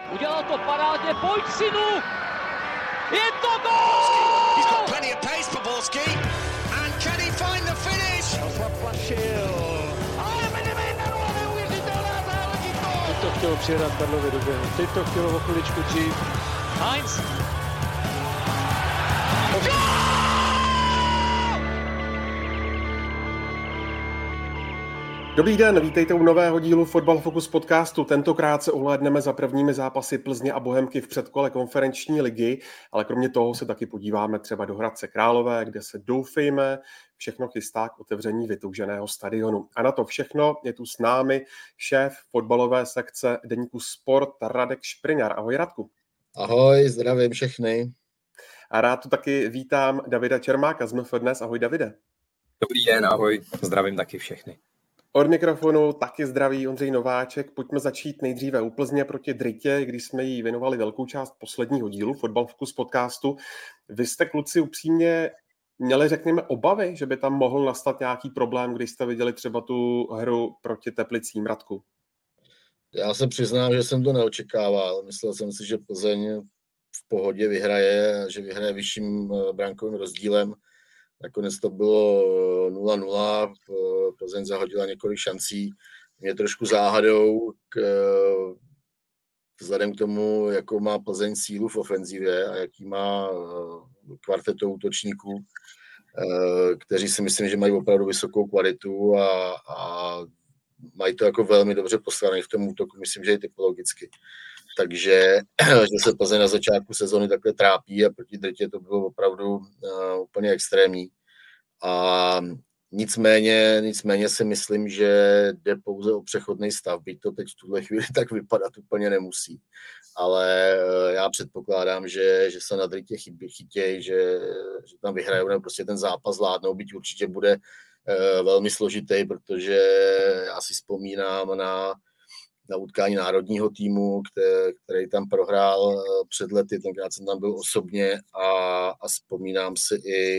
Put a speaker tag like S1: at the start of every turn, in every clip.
S1: Udělal to parádně, pojď synu! Je to gól!
S2: He's got plenty of pace for Borski. And can he find the finish?
S1: Ale Medvedev, neuvěřitelná záležitost!
S3: Teď to chtělo přihrát Karlovi do běhu, teď to chtělo o chviličku dřív.
S1: Heinz!
S4: Dobrý den, vítejte u nového dílu Fotbal Focus podcastu. Tentokrát se ohlédneme za prvními zápasy Plzně a Bohemky v předkole konferenční ligy, ale kromě toho se taky podíváme třeba do Hradce Králové, kde se doufejme všechno chystá k otevření vytouženého stadionu. A na to všechno je tu s námi šéf fotbalové sekce deníku Sport Radek Špriňar. Ahoj Radku.
S5: Ahoj, zdravím všechny.
S4: A rád tu taky vítám Davida Čermáka z MF Dnes. Ahoj Davide.
S6: Dobrý den, ahoj, zdravím taky všechny.
S4: Od mikrofonu taky zdraví Ondřej Nováček. Pojďme začít nejdříve u Plzně proti Dritě, když jsme jí věnovali velkou část posledního dílu Fotbal Focus podcastu. Vy jste, kluci, upřímně měli, řekněme, obavy, že by tam mohl nastat nějaký problém, když jste viděli třeba tu hru proti Teplicím, Radku?
S5: Já se přiznám, že jsem to neočekával. Myslel jsem si, že Plzeň v pohodě vyhraje, že vyhraje vyšším brankovým rozdílem. Nakonec to bylo 0-0, Plzeň zahodila několik šancí. Mě trošku záhadou vzhledem k tomu, jakou má Plzeň sílu v ofenzivě a jaký má kvartetu útočníků, kteří si myslím, že mají opravdu vysokou kvalitu a mají to jako velmi dobře postavené v tom útoku, myslím, že i typologicky. Takže že se Plzeň na začátku sezony takhle trápí a proti Dritě to bylo opravdu úplně extrémní. A nicméně si myslím, že jde pouze o přechodný stav, byť to teď v tuhle chvíli tak vypadat úplně nemusí. Ale já předpokládám, že se na Dritě chytějí, že tam vyhrajou, nebo prostě ten zápas zvládnou, byť určitě bude velmi složitý, protože já si vzpomínám na utkání národního týmu, který tam prohrál před lety, tenkrát jsem tam byl osobně a vzpomínám si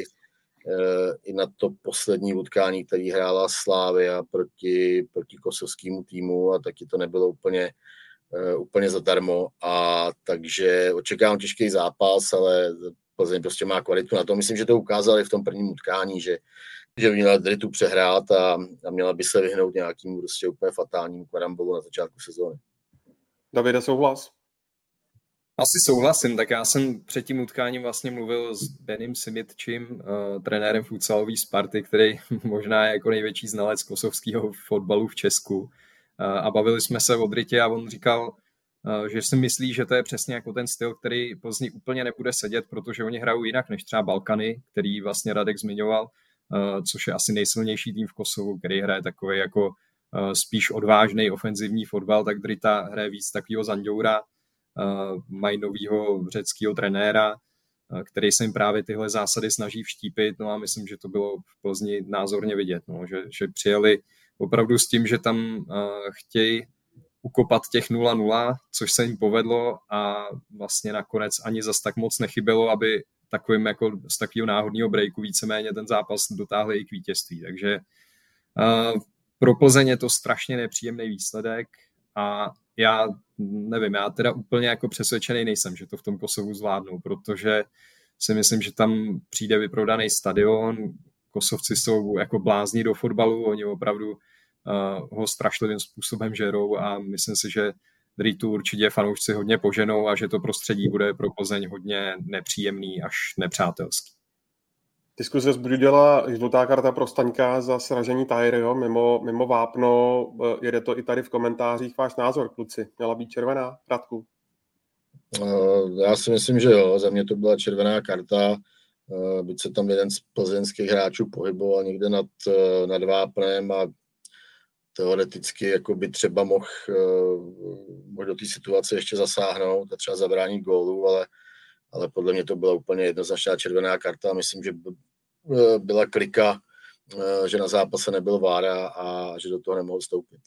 S5: i na to poslední utkání, který hrála Slavia proti kosovskému týmu a taky to nebylo úplně zadarmo a takže očekávám těžký zápas, ale Plzeň prostě má kvalitu na to. Myslím, že to ukázali v tom prvním utkání, že by měla Dritu přehrát a měla by se vyhnout nějakému prostě úplně fatálnímu karambolu na začátku sezóny.
S4: Davide, souhlas?
S6: Asi souhlasím, tak já jsem před tím utkáním vlastně mluvil s Benim Simitčím, trenérem futsalové Sparty, který možná je jako největší znalec kosovského fotbalu v Česku. A bavili jsme se o Dritě a on říkal, že si myslí, že to je přesně jako ten styl, který Plzni úplně nebude sedět, protože oni hrajou jinak než třeba Balkany, který vlastně Radek zmiňoval, což je asi nejsilnější tým v Kosovu, který hraje takový jako spíš odvážný ofenzivní fotbal, tak Drita hraje víc takového Zanďoura, mají novýho řeckého trenéra, který se jim právě tyhle zásady snaží vštípit, no a myslím, že to bylo v Plzni názorně vidět, no, že přijeli opravdu s tím, že tam chtějí ukopat těch 0-0, což se jim povedlo a vlastně nakonec ani zas tak moc nechybělo, aby takovým jako z takového náhodného breaku víceméně ten zápas dotáhli i k vítězství. Takže pro Plzeň je to strašně nepříjemný výsledek a já nevím, já teda úplně jako přesvědčený nejsem, že to v tom Kosovu zvládnou, protože si myslím, že tam přijde vyprodaný stadion, Kosovci jsou jako blázni do fotbalu, oni opravdu ho strašlivým způsobem žerou a myslím si, že Dritu určitě fanoušci hodně poženou a že to prostředí bude pro Plzeň hodně nepříjemný až nepřátelský.
S4: Diskuze vzbudila žlutá karta pro Staňka za sražení Tyreho mimo vápno. Jede to i tady v komentářích. Váš názor, kluci? Měla být červená, Radku?
S5: Já si myslím, že jo. Za mě to byla červená karta. Byť se tam jeden z plzeňských hráčů pohyboval někde nad vápnem a teoreticky jako by třeba mohl do té situace ještě zasáhnout a třeba zabránit gólu, ale podle mě to byla úplně jednoznačná červená karta. Myslím, že byla klika, že na zápase nebyl VAR a že do toho nemohl vstoupit.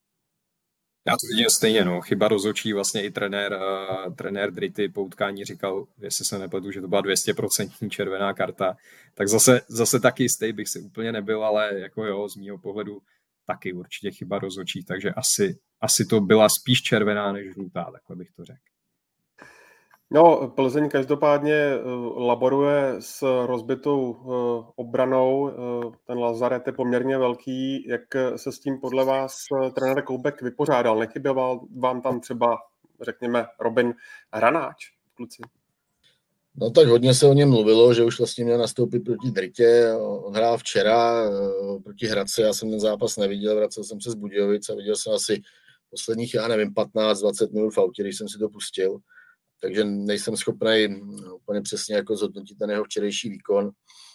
S6: Já to vidím stejně, no. Chyba rozhodčí, vlastně i trenér Drity po utkání říkal, jestli se nepletu, že to byla 200% červená karta. Tak zase taky jistý bych si úplně nebyl, ale jako jo, z mýho pohledu taky určitě chyba rozhodčích, takže asi to byla spíš červená než žlutá, takhle bych to řekl.
S4: No, Plzeň každopádně laboruje s rozbitou obranou. Ten lazaret je poměrně velký. Jak se s tím podle vás trenér Koubek vypořádal? Nechyběval vám tam třeba, řekněme, Robin Hranáč, kluci?
S5: No tak hodně se o něm mluvilo, že už vlastně měl nastoupit proti Dritě. On hrál včera proti Hradci, já jsem ten zápas neviděl, vracel jsem se z Budějovic a viděl jsem asi posledních, 15-20 minut v autě, když jsem si to pustil. Takže nejsem schopný úplně přesně jako zhodnotit ten jeho včerejší výkon.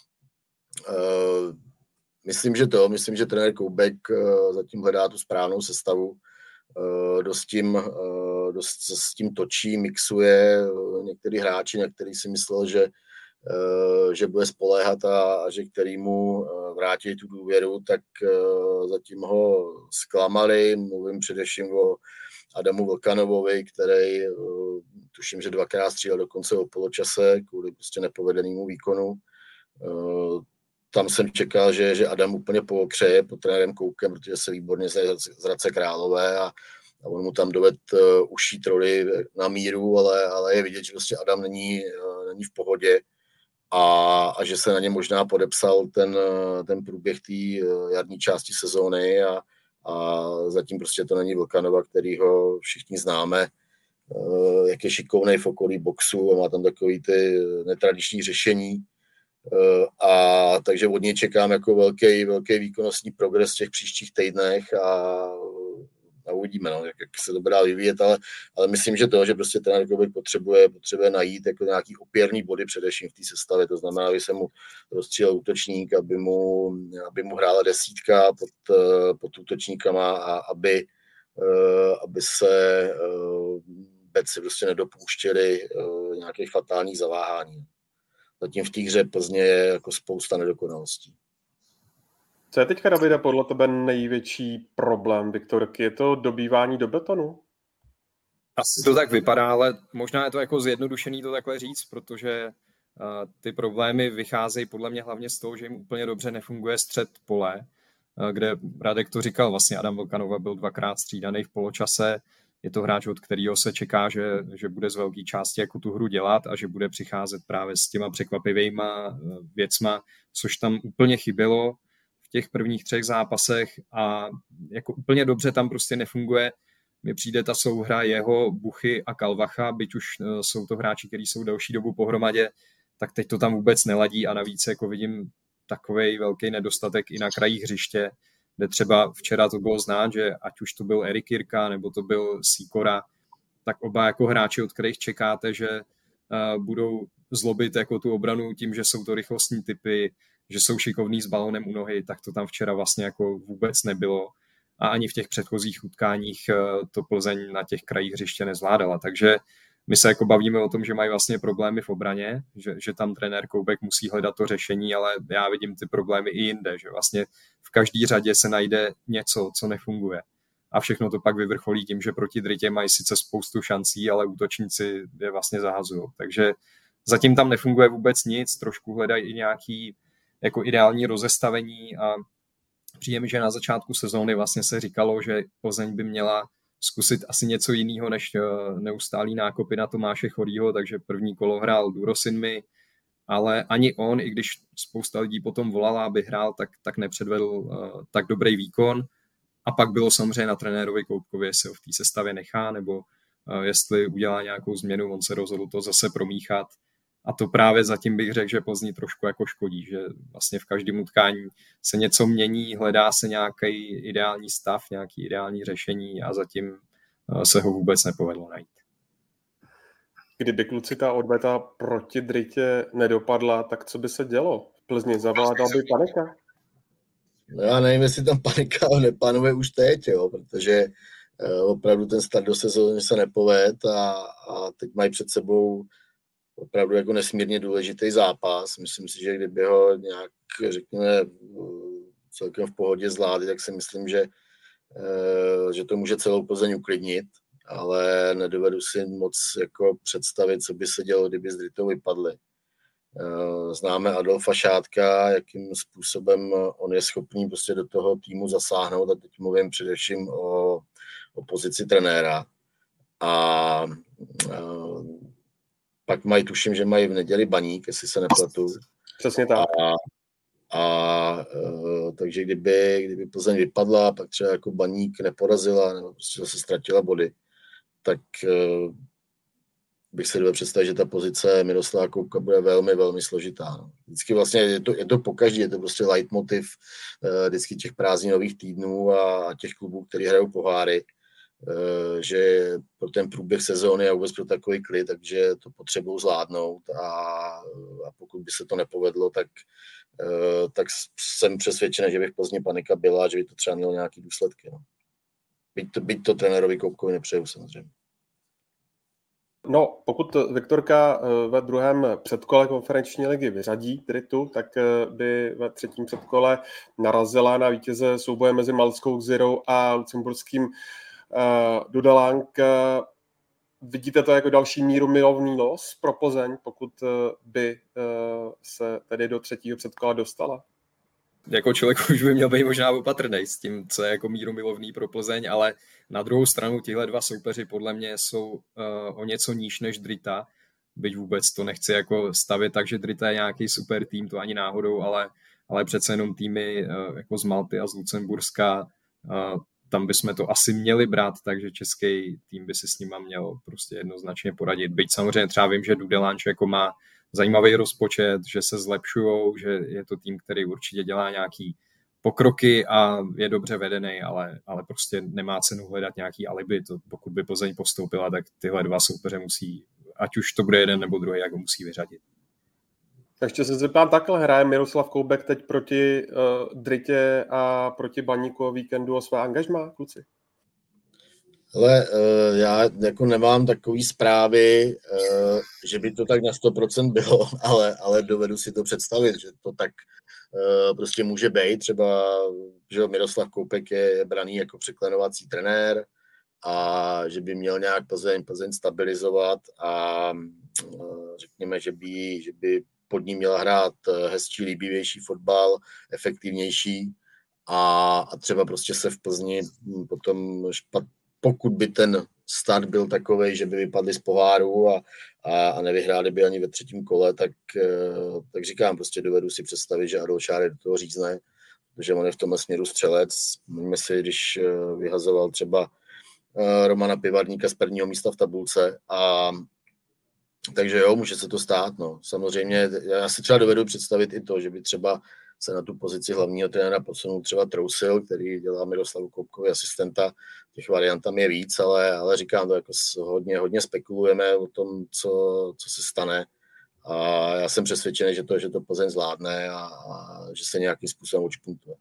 S5: Myslím, že trenér Koubek zatím hledá tu správnou sestavu. Dost s tím točí, mixuje některý hráči, na který si myslel, že bude spoléhat a že který mu vrátí tu důvěru, tak zatím ho zklamali. Mluvím především o Adamu Vlkanovovi, který tuším, že 2krát střílel dokonce o poločase kvůli prostě nepovedenému výkonu. Tam jsem čekal, že Adam úplně pookřeje pod trenérem Koubkem, protože se výborně z Hradce Králové a on mu tam dovedl ušít roli na míru, ale je vidět, že prostě Adam není v pohodě a že se na ně možná podepsal ten průběh té jarní části sezóny a zatím prostě to není Vlkanova, kterýho všichni známe, jak je šikovnej v okolí boxu a má tam takový ty netradiční řešení. A takže od něj čekám jako velký výkonnostní progres v těch příštích týdnech a uvidíme, jak se to bude vyvíjet, ale myslím, že prostě trenér Koubek potřebuje najít jako nějaký opěrný body především v té sestavě, to znamená, aby se mu rozstřílel útočník, aby mu hrála desítka pod útočníkama a aby se beci prostě nedopouštěli nějakých fatálních zaváhání. Zatím v té hře Plzně je jako spousta nedokonalostí.
S4: Co je teďka, Davide, podle tebe největší problém Viktorky? Je to dobývání do betonu?
S6: Asi to tak vypadá, ale možná je to jako zjednodušený to takhle říct, protože ty problémy vycházejí podle mě hlavně z toho, že jim úplně dobře nefunguje střed pole, kde Radek to říkal, vlastně Adam Vlkanova byl 2krát střídaný v poločase. Je to hráč, od kterého se čeká, že bude z velké části jako tu hru dělat a že bude přicházet právě s těma překvapivýma věcma, což tam úplně chybělo v těch prvních 3 zápasech a jako úplně dobře tam prostě nefunguje. Mně přijde ta souhra jeho, Buchy a Kalvacha, byť už jsou to hráči, kteří jsou delší dobu pohromadě, tak teď to tam vůbec neladí a navíc jako vidím takovej velký nedostatek i na krajích hřiště, kde třeba včera to bylo znát, že ať už to byl Erik Jirka nebo to byl Sýkora, tak oba jako hráči, od kterých čekáte, že budou zlobit jako tu obranu tím, že jsou to rychlostní typy, že jsou šikovní s balónem u nohy, tak to tam včera vlastně jako vůbec nebylo. A ani v těch předchozích utkáních to Plzeň na těch krajích hřiště nezvládala. Takže my se jako bavíme o tom, že mají vlastně problémy v obraně, že tam trenér Koubek musí hledat to řešení, ale já vidím ty problémy i jinde, že vlastně v každé řadě se najde něco, co nefunguje. A všechno to pak vyvrcholí tím, že proti Dritě mají sice spoustu šancí, ale útočníci je vlastně zahazují. Takže zatím tam nefunguje vůbec nic, trošku hledají i nějaký jako ideální rozestavení a přijde mi, že na začátku sezóny vlastně se říkalo, že Plzeň by měla zkusit asi něco jiného než neustálý nákopy na Tomáše Chorýho, takže první kolo hrál Durosinmi, ale ani on, i když spousta lidí potom volala, aby hrál, tak nepředvedl tak dobrý výkon. A pak bylo samozřejmě na trenérovi Koubkovi, jestli ho v té sestavě nechá, nebo jestli udělá nějakou změnu, on se rozhodl to zase promíchat. A to právě zatím bych řekl, že Plzni trošku jako škodí, že vlastně v každém utkání se něco mění, hledá se nějaký ideální stav, nějaký ideální řešení a zatím se ho vůbec nepovedlo najít.
S4: Kdyby, kluci, ta odveta proti Dritě nedopadla, tak co by se dělo? V Plzni zavládala by panika?
S5: No já nevím, jestli tam panika nepanuje už teď, jo, protože opravdu ten start do sezóny se nepoved a teď mají před sebou opravdu jako nesmírně důležitý zápas. Myslím si, že kdyby ho nějak, řekněme, celkem v pohodě zvládli, tak si myslím, že to může celou Plzeň uklidnit, ale nedovedu si moc jako představit, co by se dělo, kdyby z Dritou vypadli. Známe Adolfa Šátka, jakým způsobem on je schopný prostě do toho týmu zasáhnout a teď mluvím především o pozici trenéra. A pak tuším, že mají v neděli Baník, jestli se nepletu.
S4: Přesně tak.
S5: Takže kdyby Plzeň vypadla, pak třeba jako Baník neporazila nebo prostě zase ztratila body, tak bych se dovedl představit, že ta pozice Miroslava Koubka bude velmi, velmi složitá. Vždycky vlastně je to pokaždý, je to prostě leitmotiv vždycky těch prázdninových týdnů a těch klubů, který hrajou poháry, že pro ten průběh sezóny a vůbec pro takový klid, takže to potřebují zvládnout a pokud by se to nepovedlo, tak jsem přesvědčený, že by v Plzni panika byla, že by to třeba mělo nějaký důsledky. No. Byť to trenérovi Koubkovi nepřeju samozřejmě.
S4: No, pokud Viktorka ve druhém předkole konferenční ligy vyřadí Dritu, tak by ve třetím předkole narazila na vítěze souboje mezi maltskou Xirou a lucemburským Dudelange. Vidíte to jako další mírumilovný los pro Plzeň, pokud by se tedy do třetího předkola dostala?
S6: Jako člověk už by měl být možná opatrnej s tím, co je jako mírumilovný pro Plzeň, ale na druhou stranu tihle dva soupeři podle mě jsou o něco níž než Drita, byť vůbec to nechci jako stavět tak, že Drita je nějaký super tým, to ani náhodou, ale přece jenom týmy jako z Malty a z Lucemburska, tam bychom to asi měli brát, takže český tým by si s nima měl prostě jednoznačně poradit. Byť samozřejmě třeba vím, že Dudelange jako má zajímavý rozpočet, že se zlepšujou, že je to tým, který určitě dělá nějaký pokroky a je dobře vedený, ale prostě nemá cenu hledat nějaký alibi. To, pokud by Plzeň postoupila, tak tyhle dva soupeře musí, ať už to bude jeden nebo druhý, jak ho musí vyřadit.
S4: Ještě se zeptám takhle, hraje Miroslav Koubek teď proti Dritě a proti Baníku o víkendu o své angažmá, kluci?
S5: Ale já jako nemám takový zprávy, že by to tak na 100% bylo, ale dovedu si to představit, že to tak prostě může být. Třeba, že Miroslav Koubek je braný jako překlenovací trenér a že by měl nějak Plzeň stabilizovat a řekněme, že by pod ním měla hrát hezčí, líbivější fotbal, efektivnější a třeba prostě se v Plzni potom pokud by ten start byl takovej, že by vypadli z poháru a nevyhráli by ani ve třetím kole, tak říkám, prostě dovedu si představit, že Adolf Šárek do toho řízne, protože on je v tomhle směru střelec. Vzpomeňme si, když vyhazoval třeba Romana Pivarníka z prvního místa v tabulce takže jo, může se to stát, no. Samozřejmě, já si třeba dovedu představit i to, že by třeba se na tu pozici hlavního trenéra posunul třeba Trousil, který dělá Miroslavu Koubkovi asistenta. Těch variant tam je víc, ale říkám to, jako hodně spekulujeme o tom, co se stane. A já jsem přesvědčený, že to Plzeň zvládne a že se nějakým způsobem odšpuntuje.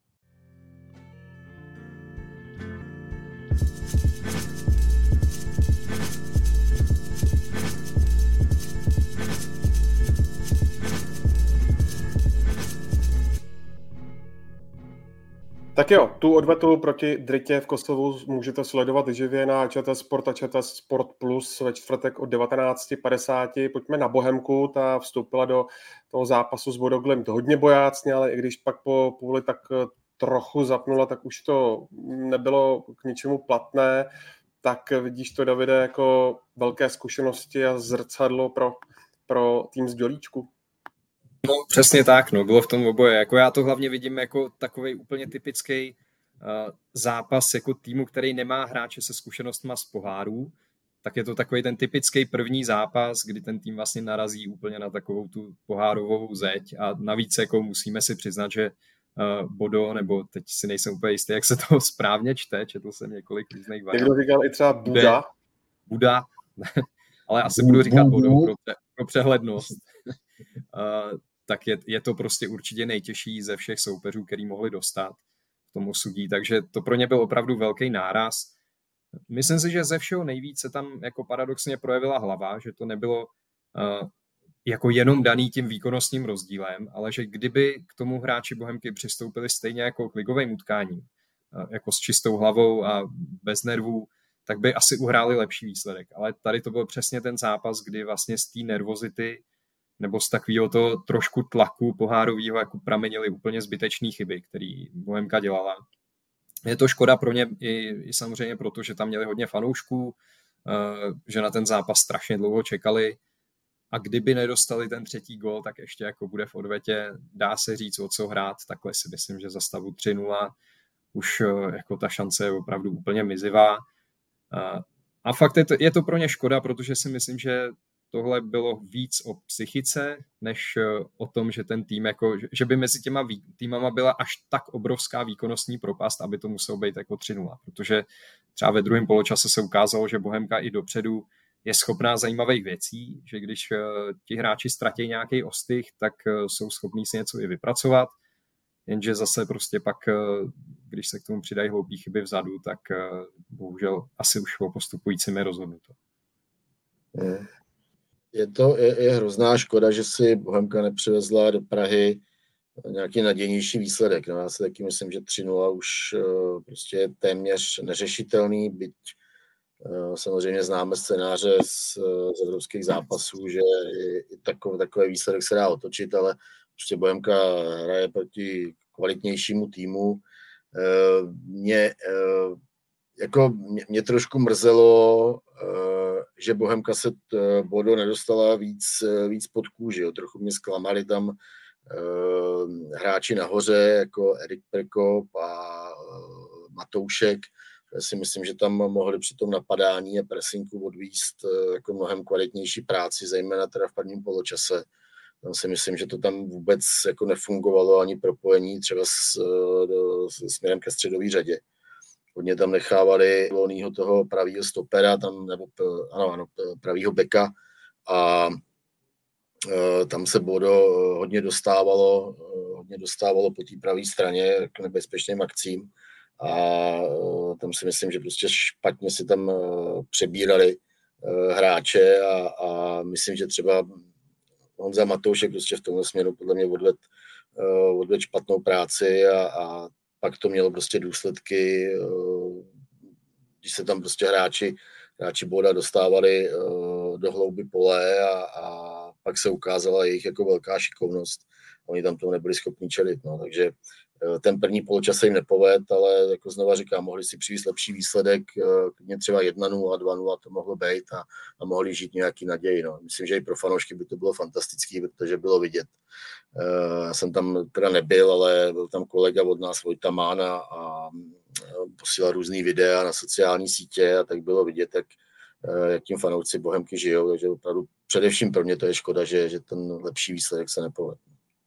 S4: Tak jo, tu odvetu proti Dritě v Kosovu můžete sledovat živě na ČT Sport a ČT Sport Plus ve čtvrtek od 19:50. Pojďme na Bohemku, ta vstoupila do toho zápasu s Bodø Glimt hodně bojácně, ale i když pak po půli tak trochu zapnula, tak už to nebylo k ničemu platné. Tak vidíš to, Davide, jako velké zkušenosti a zrcadlo pro tým z Dělíčku?
S6: No přesně tak, no, bylo v tom oboje. Jako já to hlavně vidím jako takovej úplně typický zápas jako týmu, který nemá hráče se zkušenostma z pohárů, tak je to takový ten typický první zápas, kdy ten tým vlastně narazí úplně na takovou tu pohárovou zeď a navíc jako musíme si přiznat, že Bodo, nebo teď si nejsem úplně jistý, jak se to správně čte, četl jsem několik různých variant.
S4: Někdo říkal i třeba
S6: Buda, ale asi budu říkat Bodo pro přehlednost. Tak je to prostě určitě nejtěžší ze všech soupeřů, který mohli dostat v tom Osudí, takže to pro ně byl opravdu velký náraz. Myslím si, že ze všeho nejvíc se tam jako paradoxně projevila hlava, že to nebylo jako jenom daný tím výkonnostním rozdílem, ale že kdyby k tomu hráči Bohemky přistoupili stejně jako k ligovým utkáním, jako s čistou hlavou a bez nervů, tak by asi uhráli lepší výsledek. Ale tady to byl přesně ten zápas, kdy vlastně z té nervozity nebo z takového to trošku tlaku pohárového jako pramenily úplně zbytečné chyby, který Bohemka dělala. Je to škoda pro ně i samozřejmě proto, že tam měli hodně fanoušků, že na ten zápas strašně dlouho čekali a kdyby nedostali ten třetí gól, tak ještě jako bude v odvetě, dá se říct, o co hrát, takhle si myslím, že za stavu 3-0 už jako ta šance je opravdu úplně mizivá. A fakt je to pro ně škoda, protože si myslím, že tohle bylo víc o psychice, než o tom, že ten tým, jako, že by mezi těma týmama byla až tak obrovská výkonnostní propast, aby to muselo být jako 3-0. Protože třeba ve druhém poločase se ukázalo, že Bohemka i dopředu je schopná zajímavých věcí, že když ti hráči ztratí nějaký ostych, tak jsou schopní si něco i vypracovat, jenže zase prostě pak, když se k tomu přidají hloupý chyby vzadu, tak bohužel asi už o postupujícím je rozhodnuto.
S5: Je hrozná škoda, že si Bohemka nepřivezla do Prahy nějaký nadějnější výsledek. No, já si taky myslím, že 3-0 už prostě je téměř neřešitelný, byť samozřejmě známe scénáře z evropských zápasů, že i takový výsledek se dá otočit, ale prostě Bohemka hraje proti kvalitnějšímu týmu. Mě trošku mrzelo, že Bohemka se Bodo nedostala víc pod kůži. Jo. Trochu mě zklamali tam hráči nahoře, jako Erik Prekop a Matoušek. Já si myslím, že tam mohli při tom napadání a presinku odvíst jako mnohem kvalitnější práci, zejména teda v prvním poločase. Tam si myslím, že to tam vůbec jako nefungovalo ani propojení třeba směrem ke středové řadě. Hodně tam nechávali volnýho toho pravýho stopera, tam, nebo pravýho beka a tam se Bodo hodně dostávalo po té pravé straně k nebezpečným akcím a tam si myslím, že prostě špatně si tam přebírali hráče a myslím, že třeba Honza Matoušek prostě v tomhle směru podle mě odvedl špatnou práci a pak to mělo prostě důsledky, když se tam prostě hráči Boda dostávali do hlouby pole a pak se ukázala jejich jako velká šikovnost. Oni tam tomu nebyli schopni čelit. No. Takže ten první poločas se jim nepovedl, ale jako znova říkám, mohli si přivést lepší výsledek, klidně třeba 1-0, 2-0 to mohlo být a mohli žít nějaký naději. No. Myslím, že i pro fanoušky by to bylo fantastický, protože bylo vidět. Já jsem tam teda nebyl, ale byl tam kolega od nás, Vojta Mána a posílal různý videa na sociální sítě a tak bylo vidět, jak tím fanoušci Bohemky žijou, takže opravdu především pro mě to je škoda, že ten lepší výsledek se nepovedl.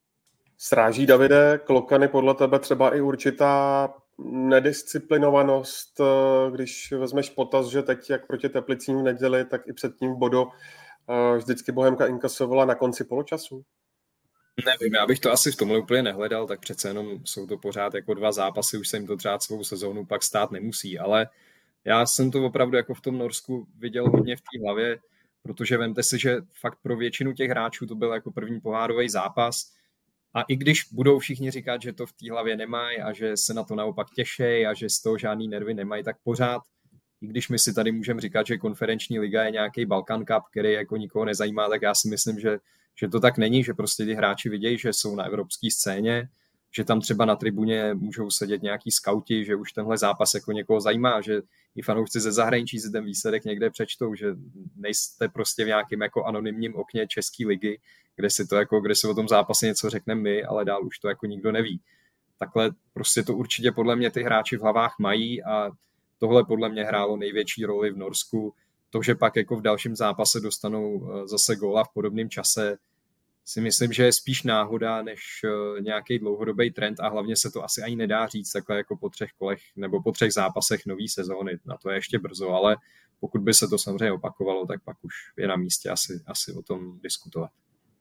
S4: Sráží, Davide, Klokany podle tebe třeba i určitá nedisciplinovanost, když vezmeš potaz, že teď jak proti Teplicím v neděli, tak i předtím v Bodo vždycky Bohemka inkasovala na konci poločasu?
S6: Nevím, já bych to asi v tomhle úplně nehledal, tak přece jenom jsou to pořád jako 2 zápasy, už se jim to třeba svou sezónu pak stát nemusí, ale já jsem to opravdu jako v tom Norsku viděl hodně v té hlavě, protože vemte si, že fakt pro většinu těch hráčů to byl jako první pohárový zápas a i když budou všichni říkat, že to v té hlavě nemají a že se na to naopak těšejí a že z toho žádný nervy nemají, tak pořád, i když my si tady můžeme říkat, že konferenční liga je nějaký Balkan Cup, který jako nikoho nezajímá, tak já si myslím, že to tak není, že prostě ty hráči vidějí, že jsou na evropské scéně, že tam třeba na tribuně můžou sedět nějaký skauti, že už tenhle zápas jako někoho zajímá, že i fanoušci ze zahraničí si ten výsledek někde přečtou, že nejste prostě v nějakém jako anonymním okně české ligy, kde si o tom zápase něco řekneme my, ale dál už to jako nikdo neví. Takhle prostě to určitě podle mě ty hráči v hlavách mají a tohle podle mě hrálo největší roli v Norsku. To, že pak jako v dalším zápase dostanou zase góla v podobném čase, si myslím, že je spíš náhoda, než nějaký dlouhodobý trend a hlavně se to asi ani nedá říct takhle jako po 3 kolech nebo po 3 zápasech nový sezóny. Na to je ještě brzo, ale pokud by se to samozřejmě opakovalo, tak pak už je na místě asi o tom diskutovat.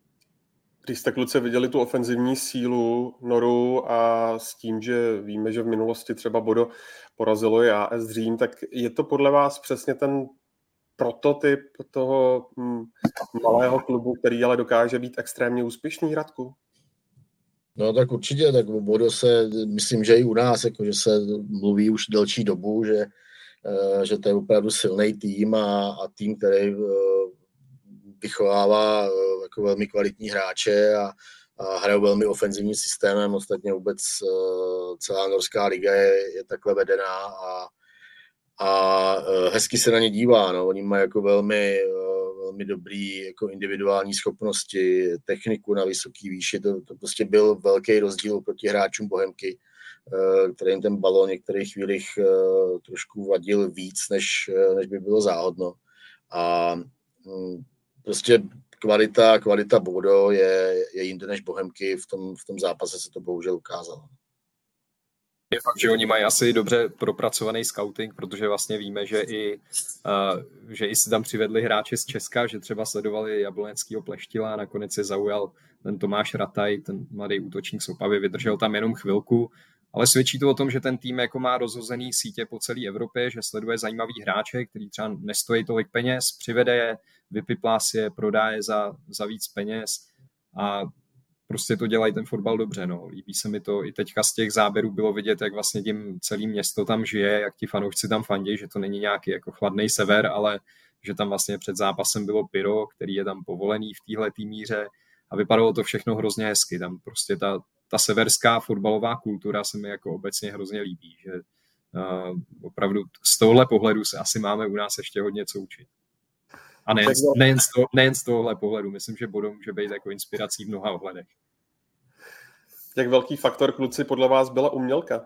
S4: Když jste, kluci, viděli tu ofenzivní sílu Noru a s tím, že víme, že v minulosti třeba Bodo porazilo i AS Řím, tak je to podle vás přesně ten prototyp toho malého klubu, který ale dokáže být extrémně úspěšný, Radku?
S5: No tak určitě, tak o Bodo se, myslím, že i u nás, jako, že se mluví už delší dobu, že to je opravdu silný tým a tým, který vychovává jako velmi kvalitní hráče a hrajou velmi ofenzivním systémem. Ostatně vůbec celá norská liga je takhle vedená a hezky se na ně dívá. No. Oni mají jako velmi dobrý jako individuální schopnosti, techniku na vysoký výši. To prostě byl velký rozdíl proti hráčům Bohemky, kterým ten balón v některých chvílích trošku vadil víc, než by bylo záhodno. A prostě kvalita Bodo je jinde než Bohemky, v tom zápase se to bohužel ukázalo.
S6: Je fakt, že oni mají asi dobře propracovaný scouting, protože vlastně víme, že i si tam přivedli hráče z Česka, že třeba sledovali Jabloneckýho Pleštila a nakonec se zaujal ten Tomáš Rataj, ten mladý útočník z Opavy, vydržel tam jenom chvilku, ale svědčí to o tom, že ten tým jako má rozhozený sítě po celé Evropě, že sleduje zajímavý hráče, který třeba nestojí tolik peněz, přivede je, vypiplá si je, prodá je za víc peněz a prostě to dělají ten fotbal dobře. No. Líbí se mi to. I teďka z těch záběrů bylo vidět, jak vlastně tím celé město tam žije, jak ti fanoušci tam fandí, že to není nějaký jako chladný sever, ale že tam vlastně před zápasem bylo pyro, který je tam povolený v téhletý míře a vypadalo to všechno hrozně hezky. Tam prostě ta severská fotbalová kultura se mi jako obecně hrozně líbí. Že opravdu z tohohle pohledu se asi máme u nás ještě hodně co učit. A nejen z tohohle pohledu. Myslím, že Bodo může být jako inspirací v mnoha ohledech.
S4: Jak velký faktor, kluci, podle vás byla umělka?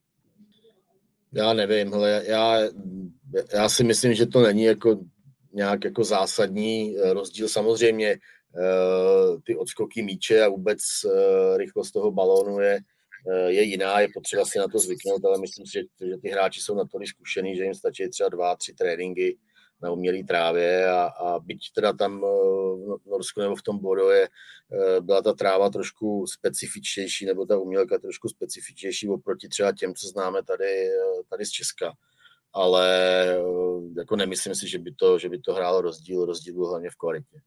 S5: Já nevím, hele, já si myslím, že to není jako nějak jako zásadní rozdíl. Samozřejmě ty odskoky míče a vůbec rychlost toho balónu je jiná, je potřeba si na to zvyknout, ale myslím si, že ty hráči jsou natolik zkušený, že jim stačí třeba 2-3 tréninky na umělý trávě a byť teda tam v Norsku nebo v tom Bodo byla ta tráva trošku specifičtější, nebo ta umělka trošku specifičtější oproti třeba těm, co známe tady z Česka. Ale jako nemyslím si, že by to hrálo rozdíl byl hlavně v kvalitě.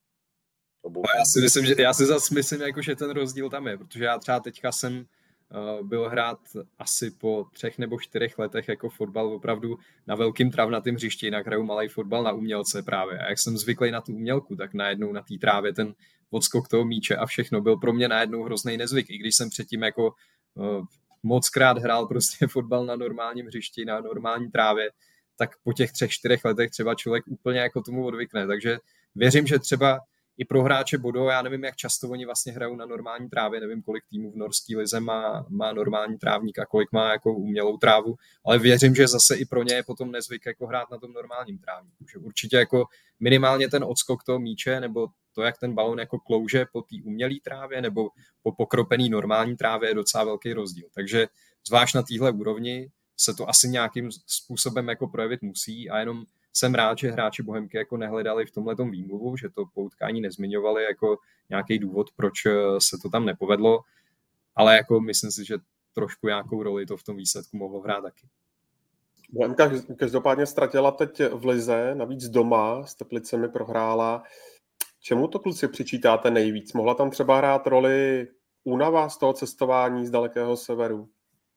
S6: Já si zase myslím, jako, že ten rozdíl tam je, protože já třeba teďka jsem byl hrát asi po 3 nebo 4 letech jako fotbal opravdu na velkým travnatým hřišti, jinak hraju malý fotbal na umělce právě. A jak jsem zvyklý na tu umělku, tak najednou na té trávě ten odskok toho míče a všechno byl pro mě najednou hrozný nezvyk. I když jsem předtím jako mockrát hrál prostě fotbal na normálním hřišti, na normální trávě, tak po těch 3-4 letech třeba člověk úplně jako tomu odvykne. Takže věřím, že třeba i pro hráče Bodo, já nevím, jak často oni vlastně hrajou na normální trávě, nevím, kolik týmů v norské lize má normální trávník a kolik má jako umělou trávu, ale věřím, že zase i pro ně je potom nezvyk jako hrát na tom normálním trávníku. Že určitě jako minimálně ten odskok toho míče, nebo to, jak ten balón jako klouže po té umělé trávě, nebo po pokropený normální trávě je docela velký rozdíl. Takže zvlášť na téhle úrovni se to asi nějakým způsobem jako projevit musí a jenom jsem rád, že hráči Bohemky jako nehledali v tomhletom výmluvu, že to po utkání nezmiňovali jako nějaký důvod, proč se to tam nepovedlo, ale jako myslím si, že trošku nějakou roli to v tom výsledku mohlo hrát taky.
S4: Bohemka každopádně ztratila teď v lize, navíc doma s Teplicemi prohrála. Čemu to, kluci, přičítáte nejvíc? Mohla tam třeba hrát roli únava z toho cestování z dalekého severu?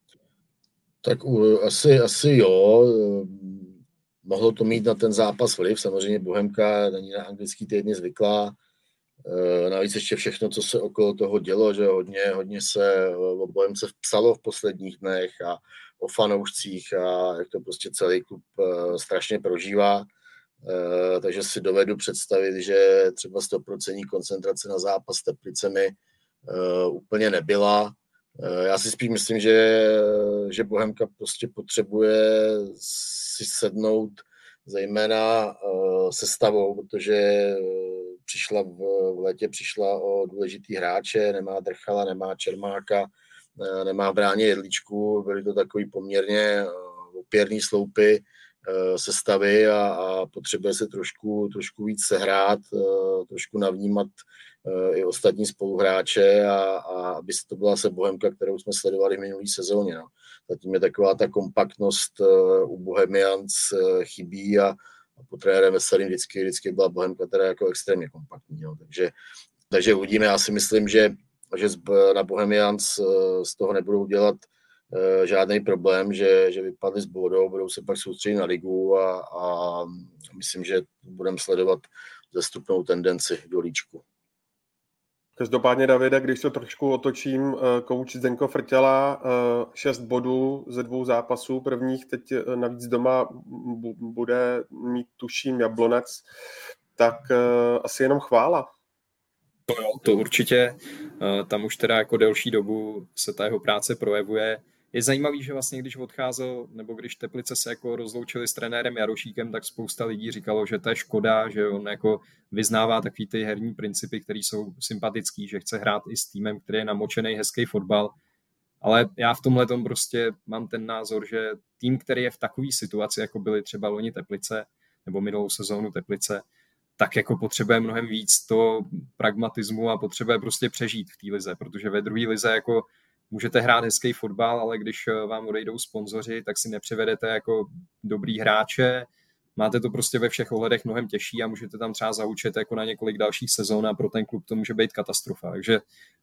S5: Tak asi jo. Mohlo to mít na ten zápas vliv. Samozřejmě Bohemka není na anglický týdny zvyklá. Navíc ještě všechno, co se okolo toho dělo, že hodně se o Bohemce psalo v posledních dnech a o fanoušcích a jak to prostě celý klub strašně prožívá. Takže si dovedu představit, že třeba 100% koncentrace na zápas s Teplicemi úplně nebyla. Já si spíš myslím, že Bohemka prostě potřebuje si sednout zejména sestavou, protože v létě přišla o důležitý hráče, nemá Drchala, nemá Čermáka, nemá v bráně Jedličku, byly to takový poměrně opěrný sloupy sestavy a potřebuje se trošku víc sehrát, trošku navnímat i ostatní spoluhráče a aby to byla se Bohemka, kterou jsme sledovali v minulé sezóně. No. Zatím je taková ta kompaktnost u Bohemians chybí a po trenérem Veselým vždycky byla Bohemka teda jako extrémně kompaktní. No. Takže uvidíme, já si myslím, že na Bohemians z toho nebudou dělat žádný problém, že vypadli s Bodou, budou se pak soustředit na ligu a myslím, že budeme sledovat zestupnou tendenci do líčku.
S4: Každopádně, Davide, když to trošku otočím, kouč Zdeňko Frtěla, 6 bodů ze 2 zápasů prvních, teď navíc doma bude mít, tuším, Jablonec, tak asi jenom chvála.
S6: To určitě, tam už teda jako delší dobu se ta jeho práce projevuje. Je zajímavý, že vlastně když odcházel, nebo když Teplice se jako rozloučili s trenérem Jarošíkem, tak spousta lidí říkalo, že to je škoda, že on jako vyznává takový ty herní principy, které jsou sympatický, že chce hrát i s týmem, který je namočený hezký fotbal. Ale já v tomhletom prostě mám ten názor, že tým, který je v takové situaci, jako byly třeba loni Teplice, nebo minulou sezónu Teplice, tak jako potřebuje mnohem víc to pragmatismu a potřebuje prostě přežít v té lize, protože ve druhé lize jako můžete hrát hezký fotbal, ale když vám odejdou sponzoři, tak si nepřivedete jako dobrý hráče, máte to prostě ve všech ohledech mnohem těžší a můžete tam třeba zaučet jako na několik dalších sezón a pro ten klub to může být katastrofa. Takže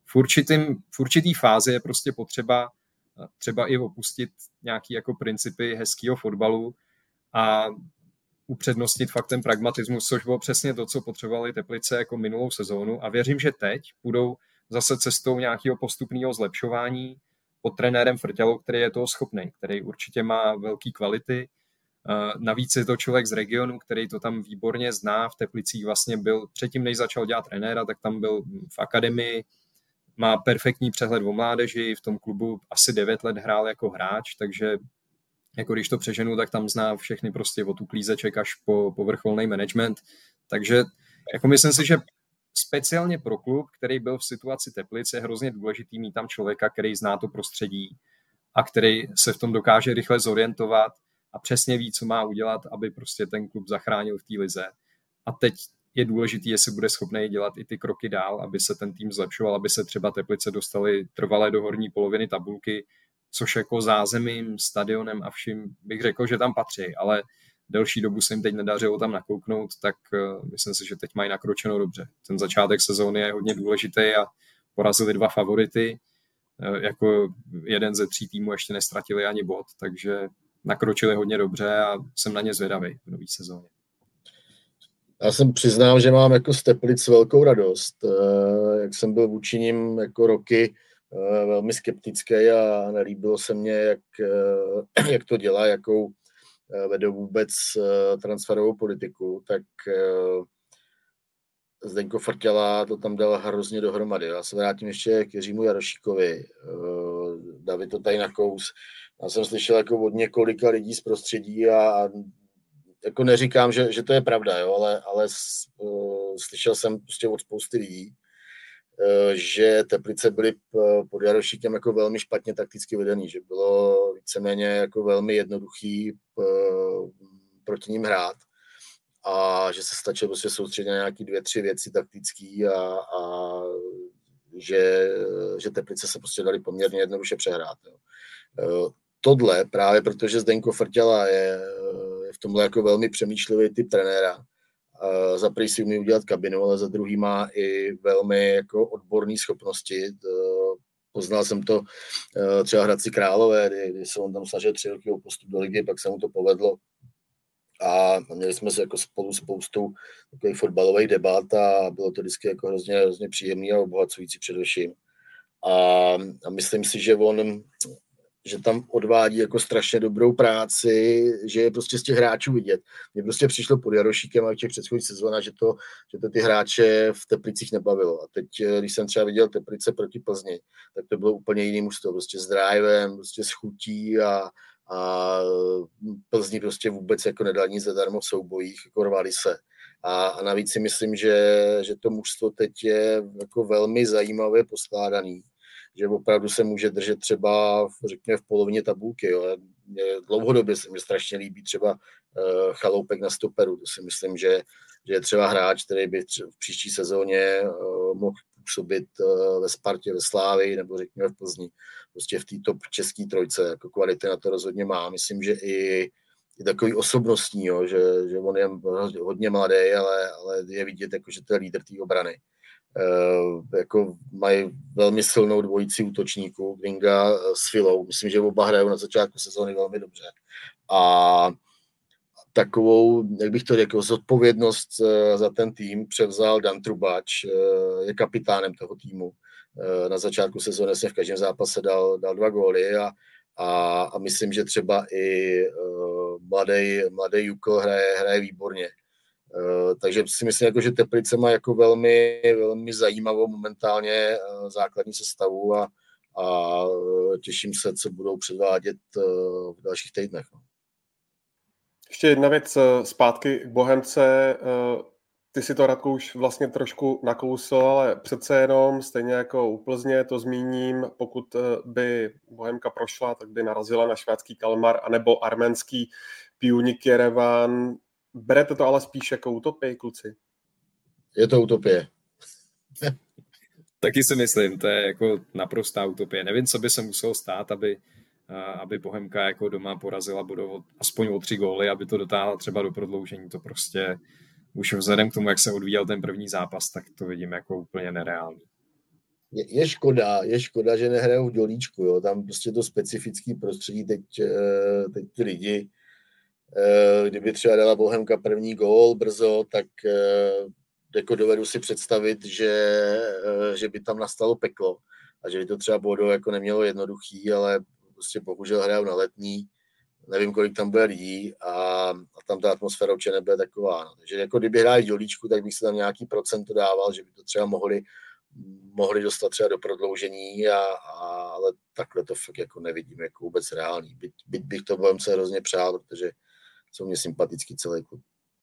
S6: v určitý fázi je prostě potřeba třeba i opustit nějaký jako principy hezkýho fotbalu a upřednostnit fakt ten pragmatismus, což bylo přesně to, co potřebovali Teplice jako minulou sezónu a věřím, že teď budou zase cestou nějakého postupného zlepšování pod trenérem Frtělou, který je toho schopný, který určitě má velký kvality. Navíc je to člověk z regionu, který to tam výborně zná. V Teplicích vlastně byl, předtím než začal dělat trenéra, tak tam byl v akademii, má perfektní přehled o mládeži, v tom klubu asi 9 let hrál jako hráč, takže jako když to přeženu, tak tam zná všechny prostě od uklízeček až po vrcholný management. Takže jako myslím si, že speciálně pro klub, který byl v situaci Teplic, je hrozně důležitý mít tam člověka, který zná to prostředí a který se v tom dokáže rychle zorientovat a přesně ví, co má udělat, aby prostě ten klub zachránil v té lize. A teď je důležitý, jestli bude schopný dělat i ty kroky dál, aby se ten tým zlepšoval, aby se třeba Teplice dostali trvale do horní poloviny tabulky, což jako zázemím, stadionem a vším bych řekl, že tam patří, ale delší dobu se jim teď nedařilo tam nakouknout, tak myslím si, že teď mají nakročeno dobře. Ten začátek sezóny je hodně důležitý a porazili 2 favority, jako jeden ze 3 týmů ještě nestratili ani bod, takže nakročili hodně dobře a jsem na ně zvědavý v nový sezóně.
S5: Já jsem přiznám, že mám jako z Teplic velkou radost. Jak jsem byl vůči nim jako roky velmi skeptický a nelíbilo se mně, jak to dělá, jakou vedou vůbec transferovou politiku, tak Zdeňko Frtěla to tam dal hrozně dohromady. Já se vrátím ještě k Jiřímu Jarošíkovi. David to tady nakous. Já jsem slyšel jako od několika lidí z prostředí a jako neříkám, že to je pravda, jo, ale slyšel jsem prostě od spousty lidí, že Teplice byly pod Jarošíkem jako velmi špatně takticky vedený, že bylo víceméně jako velmi jednoduchý proti ním hrát a že se stačilo prostě soustředit na nějaký 2-3 věci taktický a že Teplice se prostě dali poměrně jednoduše přehrát. Jo. Tohle právě protože Zdeňko Frtěla je v tomhle jako velmi přemýšlivý typ trenéra. Za prvý si umí udělat kabinu, ale za druhý má i velmi jako odborné schopnosti. Poznal jsem to třeba v Hradci Králové, kdy se on tam snažil 3 roky o postup do ligy, pak se mu to povedlo. A měli jsme se jako spolu spoustu takových fotbalových debat a bylo to vždycky jako hrozně příjemný a obohacující především. A myslím si, že tam odvádí jako strašně dobrou práci, že je prostě z těch hráčů vidět. Mně prostě přišlo pod Jarošíkem a v těch předchozích sezónách, že to ty hráče v Teplicích nebavilo. A teď, když jsem třeba viděl Teplice proti Plzni, tak to bylo úplně jiný mužstvo, prostě s drivem, prostě s chutí a Plzni prostě vůbec jako nedal nic zadarmo v soubojích, jako rvali se. A navíc si myslím, že to mužstvo teď je jako velmi zajímavě poskládaný, že opravdu se může držet třeba, řekněme, v polovině tabulky. Jo. Dlouhodobě se mi strašně líbí třeba Chaloupek na stoperu. To si myslím, že je třeba hráč, který by v příští sezóně mohl působit ve Spartě, ve Slávii nebo řekněme v Plzni. Prostě v té top české trojce. Jako kvality na to rozhodně má. Myslím, že i takový osobnostní, jo, že on je hodně mladý, ale je vidět, jako, že to je lídr té obrany. jako mají velmi silnou dvojici útočníků, Gringa s Filou. Myslím, že oba hrajou na začátku sezóny velmi dobře. A takovou, jak bych to řekl, zodpovědnost za ten tým převzal Dan Trubač, je kapitánem toho týmu. Na začátku sezóny se v každém zápase dal 2 góly a myslím, že třeba i mladý Jukl hraje výborně. Takže si myslím, jako, že Teplice má jako velmi, velmi zajímavou momentálně základní sestavu a těším se, co budou předvádět v dalších týdnech. No.
S4: Ještě jedna věc zpátky k Bohemce. Ty si to, Radku, už vlastně trošku nakousl, ale přece jenom stejně jako u Plzně to zmíním, pokud by Bohemka prošla, tak by narazila na švédský Kalmar anebo arménský Pjunik Jerevan. Berete to ale spíš jako utopii, kluci?
S5: Je to utopie.
S6: Taky si myslím, to je jako naprostá utopie. Nevím, co by se muselo stát, aby Bohemka jako doma porazila Bodov aspoň o 3 góly, aby to dotáhla třeba do prodloužení. To prostě už vzhledem k tomu, jak se odvíjel ten první zápas, tak to vidím jako úplně nereálný.
S5: Je škoda, že nehrajou v Dělíčku. Jo. Tam prostě to specifický prostředí, teď ty lidi, kdyby třeba dala Bohemka první gól brzo, tak jako dovedu si představit, že by tam nastalo peklo a že by to třeba Bodo jako nemělo jednoduchý, ale prostě bohužel hrajou na Letní, nevím, kolik tam bude lidí a tam ta atmosféra určitě nebude taková. No. Takže jako kdyby hráli v Dělíčku, tak bych si tam nějaký procento dával, že by to třeba mohli dostat třeba do prodloužení, ale takhle to fakt jako nevidím jako vůbec reálný. Byť bych to Bohemce hrozně přál, protože jsou mě sympatický celý klub.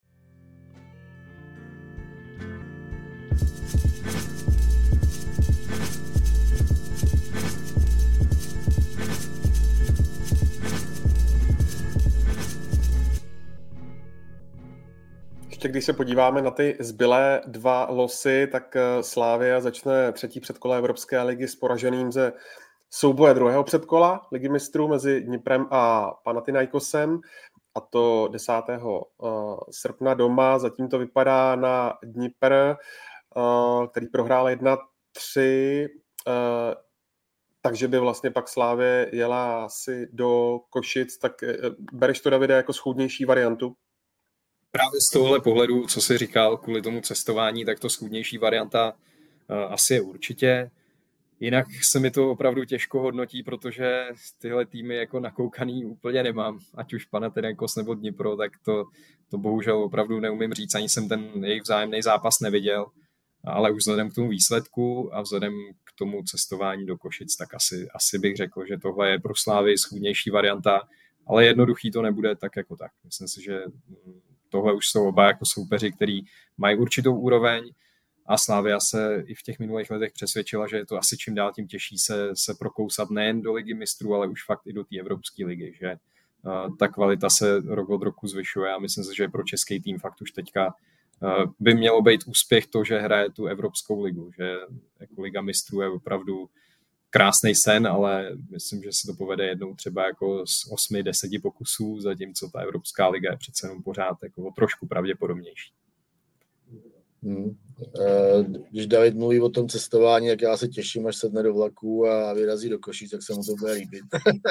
S4: Ještě když se podíváme na ty zbylé 2 losy, tak Slavia začne 3. předkola Evropské ligy s poraženým ze souboje 2. předkola Ligy mistrů mezi Dniprem a Panathinaikosem, a to 10. srpna doma. Zatím to vypadá na Dnipr, který prohrál 1-3, takže by vlastně pak Slavie jela asi do Košic. Tak bereš to, Davide, jako schůdnější variantu?
S6: Právě z tohohle pohledu, co jsi říkal kvůli tomu cestování, tak to schůdnější varianta asi je určitě. Jinak se mi to opravdu těžko hodnotí, protože tyhle týmy jako nakoukaný úplně nemám. Ať už Panathinaikos nebo Dnipro, tak to bohužel opravdu neumím říct. Ani jsem ten jejich vzájemný zápas neviděl. Ale už vzhledem k tomu výsledku a vzhledem k tomu cestování do Košic, tak asi bych řekl, že tohle je pro Slávy schůdnější varianta. Ale jednoduchý to nebude tak jako tak. Myslím si, že tohle už jsou oba jako soupeři, který mají určitou úroveň a Slavia se i v těch minulých letech přesvědčila, že je to asi čím dál tím těžší se prokousat nejen do Ligy mistrů, ale už fakt i do té Evropské ligy, že ta kvalita se rok od roku zvyšuje a myslím si, že pro český tým fakt už teďka by mělo být úspěch to, že hraje tu Evropskou ligu, že jako Liga mistrů je opravdu krásný sen, ale myslím, že se to povede jednou třeba jako z 8-10 pokusů, zatímco ta Evropská liga je přece jenom pořád jako trošku pravděpodobnější.
S5: Když David mluví o tom cestování, tak já se těším, až sedne do vlaku a vyrazí do Košic, tak se mu to bude líbit.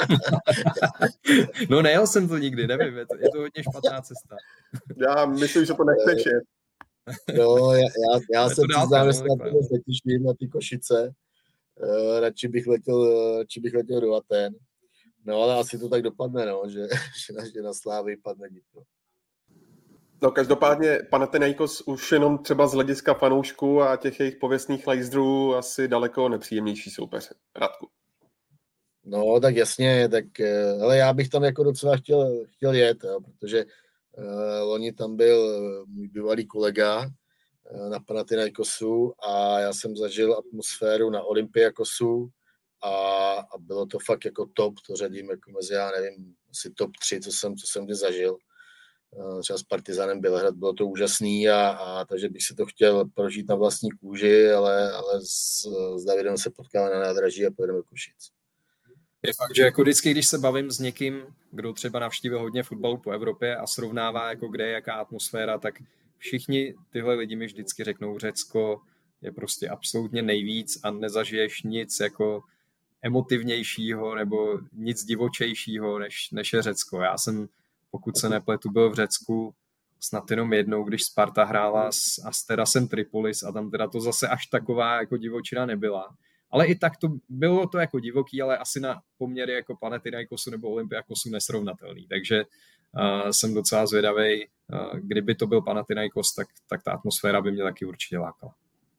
S6: No nejel jsem to nikdy, nevím, je to hodně špatná cesta.
S4: Já myslím, že to nechceš jet.
S5: No, já se přiznám, že se na to netěším, na ty Košice. Radši bych letěl do Aten. No ale asi to tak dopadne, no, že na Slávy padne Dnipro.
S4: No každopádně Panathinaikos už jenom třeba z hlediska fanoušků a těch jejich pověstných lajzdrů asi daleko nepříjemnější soupeř. Radku.
S5: No tak jasně, ale já bych tam jako docela chtěl jet, jo, protože loni tam byl můj bývalý kolega na Panathinaikosu a já jsem zažil atmosféru na Olympiakosu a bylo to fakt jako top, to řadím jako mezi, já nevím, asi top 3, co jsem kdy zažil. Třeba s Partizanem Bělehrad, bylo to úžasný a takže bych si to chtěl prožít na vlastní kůži, ale s Davidem se potkáme na nádraží a pojedeme do Košic.
S6: Je fakt, že jako vždycky, když se bavím s někým, kdo třeba navštívil hodně fotbalu po Evropě a srovnává, jako kde je jaká atmosféra, tak všichni tyhle lidi mi vždycky řeknou Řecko, je prostě absolutně nejvíc a nezažiješ nic jako emotivnějšího nebo nic divočejšího, než je Řecko. Já jsem, pokud se nepletu, byl v Řecku snad jenom jednou, když Sparta hrála s Asterasem Tripolis a tam teda to zase až taková jako divočina nebyla. Ale i tak to bylo to jako divoký, ale asi na poměry jako Panathinaikosu nebo Olympiakosu nesrovnatelný. Takže jsem docela zvědavej, kdyby to byl Panathinaikos, tak ta atmosféra by mě taky určitě lákala.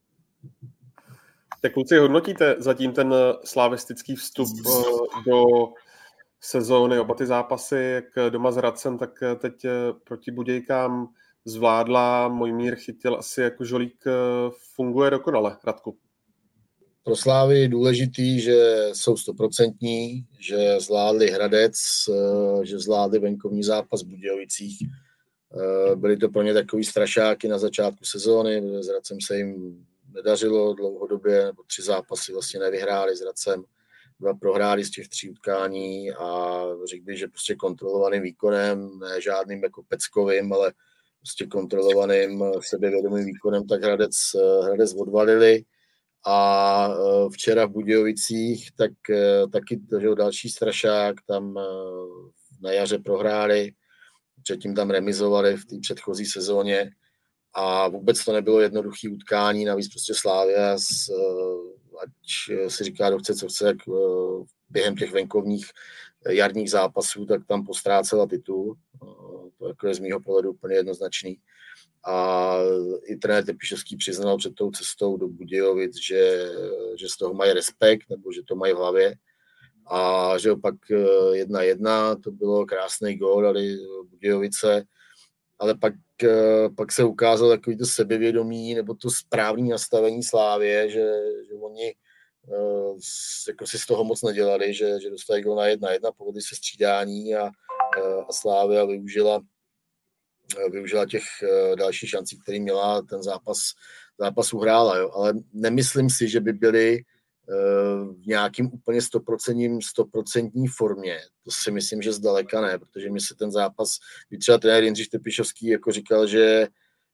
S4: Jak kluci hodnotíte zatím ten slavistický vstup do sezóny, oba ty zápasy, jak doma s Hradcem, tak teď proti Budějkám zvládla, Mojmír Chytil asi jako žolík, funguje dokonale, Radku?
S5: Pro Slávy je důležitý, že jsou 100%, že zvládli Hradec, že zvládli venkovní zápas v Budějovicích. Byly to pro ně takový strašáky na začátku sezóny, s Hradcem se jim nedařilo dlouhodobě, nebo 3 zápasy vlastně nevyhráli s Hradcem, 2 prohráli z těch 3 utkání a řekl bych, že prostě kontrolovaným výkonem, ne žádným jako peckovým, ale prostě kontrolovaným sebevědomým výkonem, tak Hradec odvalili. A včera v Budějovicích tak taky další strašák, tam na jaře prohráli, předtím tam remizovali v té předchozí sezóně a vůbec to nebylo jednoduché utkání, navíc prostě Slavia, ať si říká, kdo chce, co chce, jak během těch venkovních jarních zápasů, tak tam postrácela titul. To jako je z mýho pohledu úplně jednoznačný. A i trenér Trpišovský přiznal před tou cestou do Budějovic, že z toho mají respekt, nebo že to mají v hlavě. A že opak 1-1, to bylo krásný gól, dali Budějovice, ale pak se ukázalo takový to sebevědomí, nebo to správné nastavení Slávie, že oni jako si z toho moc nedělali, že dostali gól na 1-1, povedli se střídání a Slávia využila těch dalších šancí, které měla, ten zápas uhrála. Jo. Ale nemyslím si, že by byli v nějakým úplně 100% formě. To si myslím, že zdaleka ne, protože mi se ten zápas, třeba trenér Jindřich Trpišovský jako říkal, že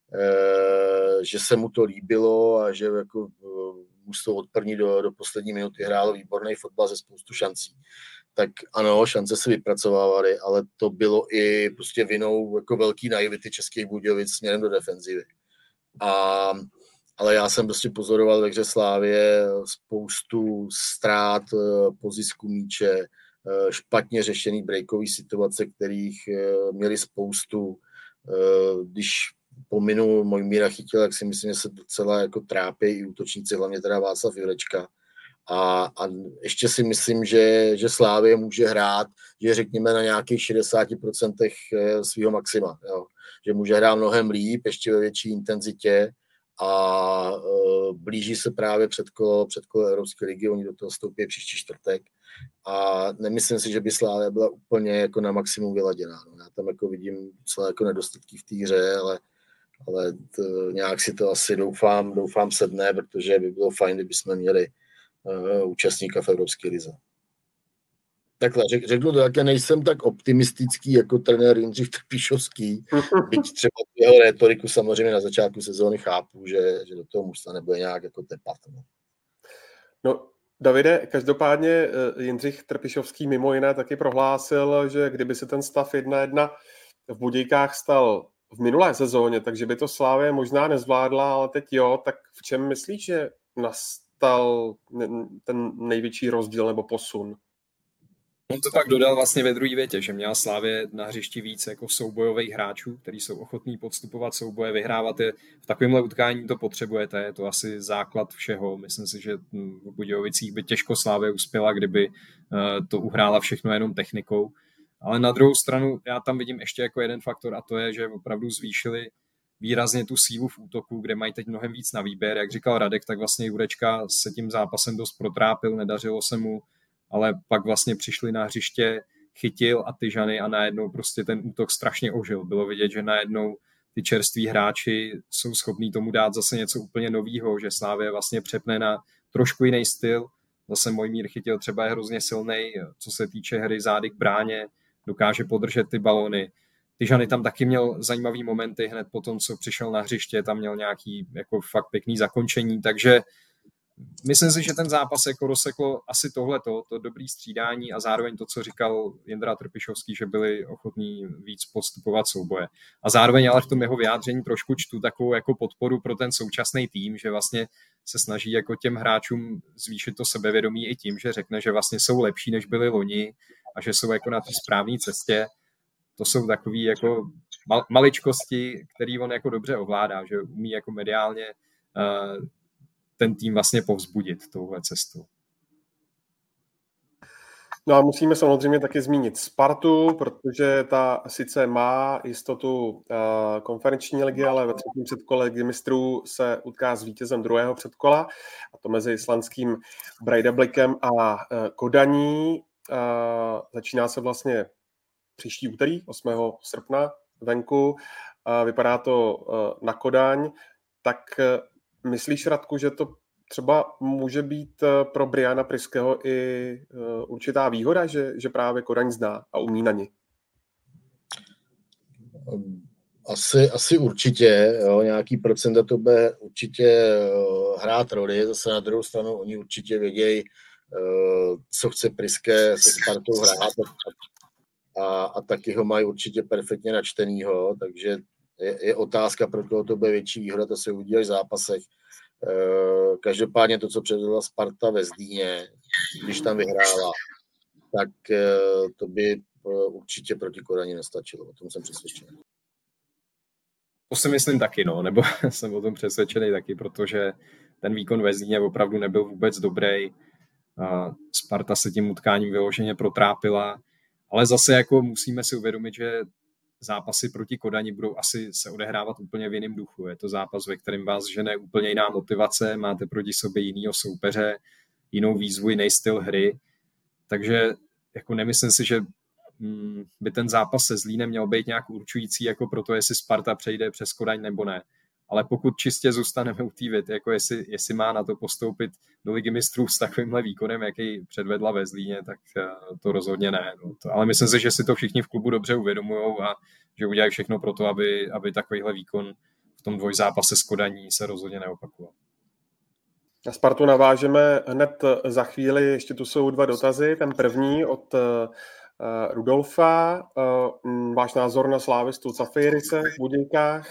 S5: se mu to líbilo a že jako musel od první do poslední minuty hrálo výborný fotbal ze spoustu šancí. Tak ano, šance se vypracovávaly, ale to bylo i prostě vinou jako velký naivity Českých Budějovic směrem do defenzivy. Ale já jsem prostě pozoroval ve hře Slávie spoustu ztrát po zisku míče, špatně řešený breakový situace, kterých měli spoustu. Když pominu Mojmíra Chytila, tak si myslím, že se docela jako trápí i útočníci, hlavně teda Václav Jurečka. A ještě si myslím, že Slávie může hrát, že řekněme na nějakých 60% svého maxima. Jo. Že může hrát mnohem líp, ještě ve větší intenzitě a blíží se právě předkolo Evropské ligy, oni do toho vstoupí příští čtvrtek a nemyslím si, že by Slávia byla úplně jako na maximum vyladěná. No. Já tam jako vidím celé jako nedostatky v té hře, ale nějak si to asi doufám sedne, protože by bylo fajn, kdyby jsme měli účastníka v Evropské lize. Takhle, řeknu to, jak já nejsem tak optimistický jako trenér Jindřich Trpišovský, byť třeba jeho rétoriku samozřejmě na začátku sezóny chápu, že do toho mužstva nebude nějak jako tepat.
S4: No, Davide, každopádně Jindřich Trpišovský mimo jiné taky prohlásil, že kdyby se ten stav 1-1 v Budějkách stal v minulé sezóně, takže by to Slavie možná nezvládla, ale teď jo, tak v čem myslíš, že nastal ten největší rozdíl nebo posun?
S6: On to pak dodal vlastně ve druhé větě, že měla Slavie na hřišti víc jako soubojových hráčů, kteří jsou ochotní podstupovat souboje, vyhrávat je. V takovémhle utkání to potřebujete, je to asi základ všeho. Myslím si, že v Budějovicích by těžko Slavie uspěla, kdyby to uhrála všechno jenom technikou. Ale na druhou stranu já tam vidím ještě jako jeden faktor a to je, že opravdu zvýšili výrazně tu sílu v útoku, kde mají teď mnohem víc na výběr. Jak říkal Radek, tak vlastně Jurečka se tím zápasem dost protrápil, nedařilo se mu, ale pak vlastně přišli na hřiště, Chytil a Tyžany a najednou prostě ten útok strašně ožil. Bylo vidět, že najednou ty čerství hráči jsou schopní tomu dát zase něco úplně novýho, že Slavia vlastně přepne na trošku jiný styl. Zase Mojmír Chytil třeba je hrozně silnej, co se týče hry zády k bráně, dokáže podržet ty balony. Tyžany tam taky měl zajímavý momenty hned po tom, co přišel na hřiště, tam měl nějaký jako fakt pěkný zakončení, takže myslím si, že ten zápas jako rozseklo asi tohleto, to dobrý střídání a zároveň to, co říkal Jindra Trpišovský, že byli ochotní víc podstupovat souboje. A zároveň ale v tom jeho vyjádření trošku čtu takovou jako podporu pro ten současný tým, že vlastně se snaží jako těm hráčům zvýšit to sebevědomí i tím, že řekne, že vlastně jsou lepší, než byli loni a že jsou jako na té správné cestě. To jsou takový jako maličkosti, který on jako dobře ovládá, že umí jako mediálně ten tým vlastně povzbudit touhle cestou.
S4: No a musíme samozřejmě taky zmínit Spartu, protože ta sice má jistotu konferenční ligy, ale ve třetím předkole Ligy mistrů se utká s vítězem druhého předkola, a to mezi islandským Breiðablikem a Kodaní. Začíná se vlastně příští úterý, 8. srpna venku. Vypadá to na Kodaň. Tak myslíš, Radku, že to třeba může být pro Briana Priského i určitá výhoda, že právě Kodaň zná a umí na ní?
S5: Asi určitě, jo, nějaký procenta to bude určitě hrát roli, zase na druhou stranu oni určitě vědějí, co chce Priske se Spartou hrát a taky ho mají určitě perfektně načtenýho, takže je otázka, pro koho to bude větší výhoda, to se uvidí až v zápasech. Každopádně to, co předvedla Sparta ve Zlíně, když tam vyhrála, tak to by určitě proti Kodani nestačilo, o tom jsem přesvědčený.
S6: To si myslím taky, no, nebo jsem o tom přesvědčený taky, protože ten výkon ve Zlíně opravdu nebyl vůbec dobrý. Sparta se tím utkáním vyloženě protrápila, ale zase jako musíme si uvědomit, že zápasy proti Kodani budou asi se odehrávat úplně v jiném duchu. Je to zápas, ve kterém vás žene úplně jiná motivace, máte proti sobě jinýho soupeře, jinou výzvu, jiný styl hry. Takže jako nemyslím si, že by ten zápas se Zlínem měl být nějak určující jako pro to, jestli Sparta přejde přes Kodaň nebo ne. Ale pokud čistě zůstaneme u té věty, jako jestli má na to postoupit do Ligy mistrů s takovýmhle výkonem, jaký předvedla ve Zlíně, tak to rozhodně ne. No ale myslím si, že si to všichni v klubu dobře uvědomujou a že udělají všechno pro to, aby takovýhle výkon v tom dvojzápase s Kodaní se rozhodně neopakoval.
S4: Na Spartu navážeme hned za chvíli, ještě tu jsou 2 dotazy. Ten první od Rudolfa. Váš názor na slávistu Zafirise v Budějkách?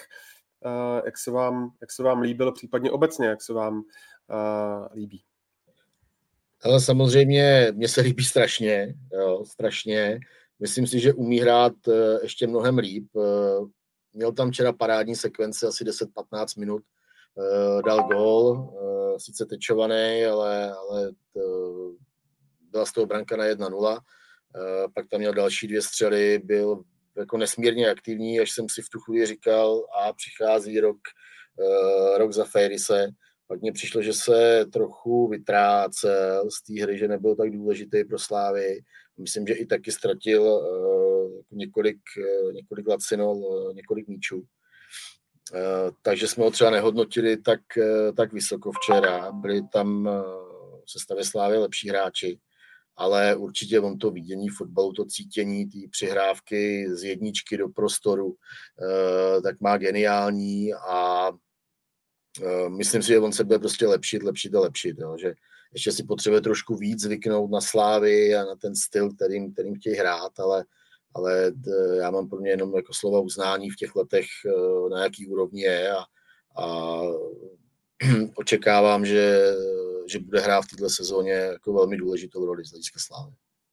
S4: Jak se vám líbil, případně obecně, jak se vám líbí?
S5: Ale samozřejmě mně se líbí strašně, jo, strašně. Myslím si, že umí hrát ještě mnohem líp. Měl tam včera parádní sekvence, asi 10-15 minut. Dal gól, sice tečovaný, ale byla z toho branka na 1-0. Pak tam měl další 2 střely, byl jako nesmírně aktivní, až jsem si v tu chvíli říkal, a přichází rok Zafirise. Pak mně přišlo, že se trochu vytrácel z té hry, že nebyl tak důležitý pro Slávy. Myslím, že i taky ztratil několik lacinol, několik míčů. Takže jsme ho třeba nehodnotili tak vysoko včera. Byli tam v sestavě Slávy lepší hráči, ale určitě on to vidění fotbalu, to cítění, ty přihrávky z jedničky do prostoru, tak má geniální a myslím si, že on se bude prostě lepšit. Jo, že ještě si potřebuje trošku víc zvyknout na Slávy a na ten styl, kterým chtějí hrát, ale já mám pro mě jenom jako slova uznání v těch letech, na jaký úrovni je a očekávám, že bude hrát v této sezóně jako velmi důležitou roli z hlediska Slávy.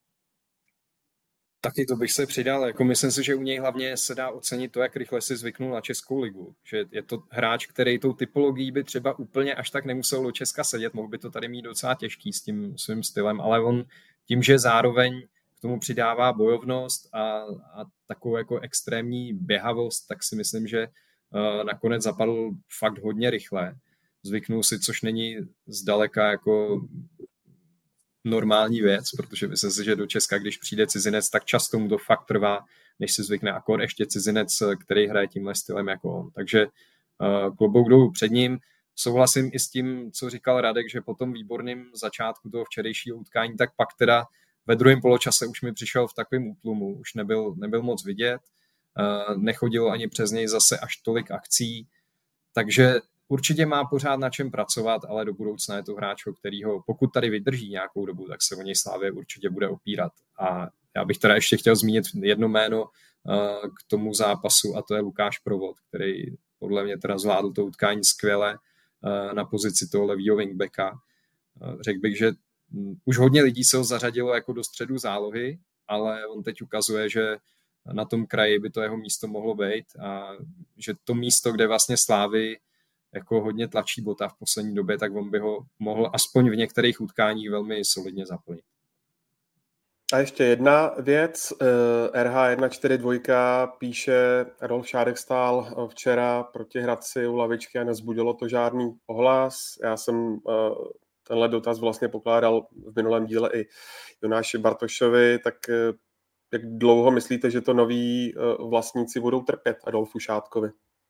S6: Taky to bych se přidal. Jako myslím si, že u něj hlavně se dá ocenit to, jak rychle si zvyknul na Českou ligu. Že je to hráč, který tou typologií by třeba úplně až tak nemusel do Česka sedět. Mohl by to tady mít docela těžký s tím svým stylem, ale on tím, že zároveň k tomu přidává bojovnost a takovou jako extrémní běhavost, tak si myslím, že nakonec zapadl fakt hodně rychle. Zvyknul si, což není zdaleka jako normální věc, protože myslím si, že do Česka, když přijde cizinec, tak často mu to fakt trvá, než si zvykne akor ještě cizinec, který hraje tímhle stylem jako on. Takže klobouk dolů před ním. Souhlasím i s tím, co říkal Radek, že po tom výborném začátku toho včerejšího utkání, tak pak teda ve druhém poločase už mi přišel v takovém útlumu, už nebyl moc vidět. nechodilo ani přes něj zase až tolik akcí, takže určitě má pořád na čem pracovat, ale do budoucna je to hráč, o kterýho, pokud tady vydrží nějakou dobu, tak se o něj Slavia určitě bude opírat. A já bych teda ještě chtěl zmínit jedno jméno k tomu zápasu, a to je Lukáš Provod, který podle mě teda zvládl to utkání skvěle na pozici toho levýho wingbacka. Řekl bych, že už hodně lidí se ho zařadilo jako do středu zálohy, ale on teď ukazuje, že na tom kraji by to jeho místo mohlo být a že to místo, kde vlastně Slávy jako hodně tlačí Bota v poslední době, tak on by ho mohl aspoň v některých utkáních velmi solidně zaplnit.
S4: A ještě jedna věc, RH142 píše, Adolf Šádek stál včera proti Hradci u lavičky a nezbudilo to žádný ohlas. Já jsem tenhle dotaz vlastně pokládal v minulém díle i Jonáši Bartošovi, tak jak dlouho myslíte, že to noví vlastníci budou trpět Adolfu Šádkovi?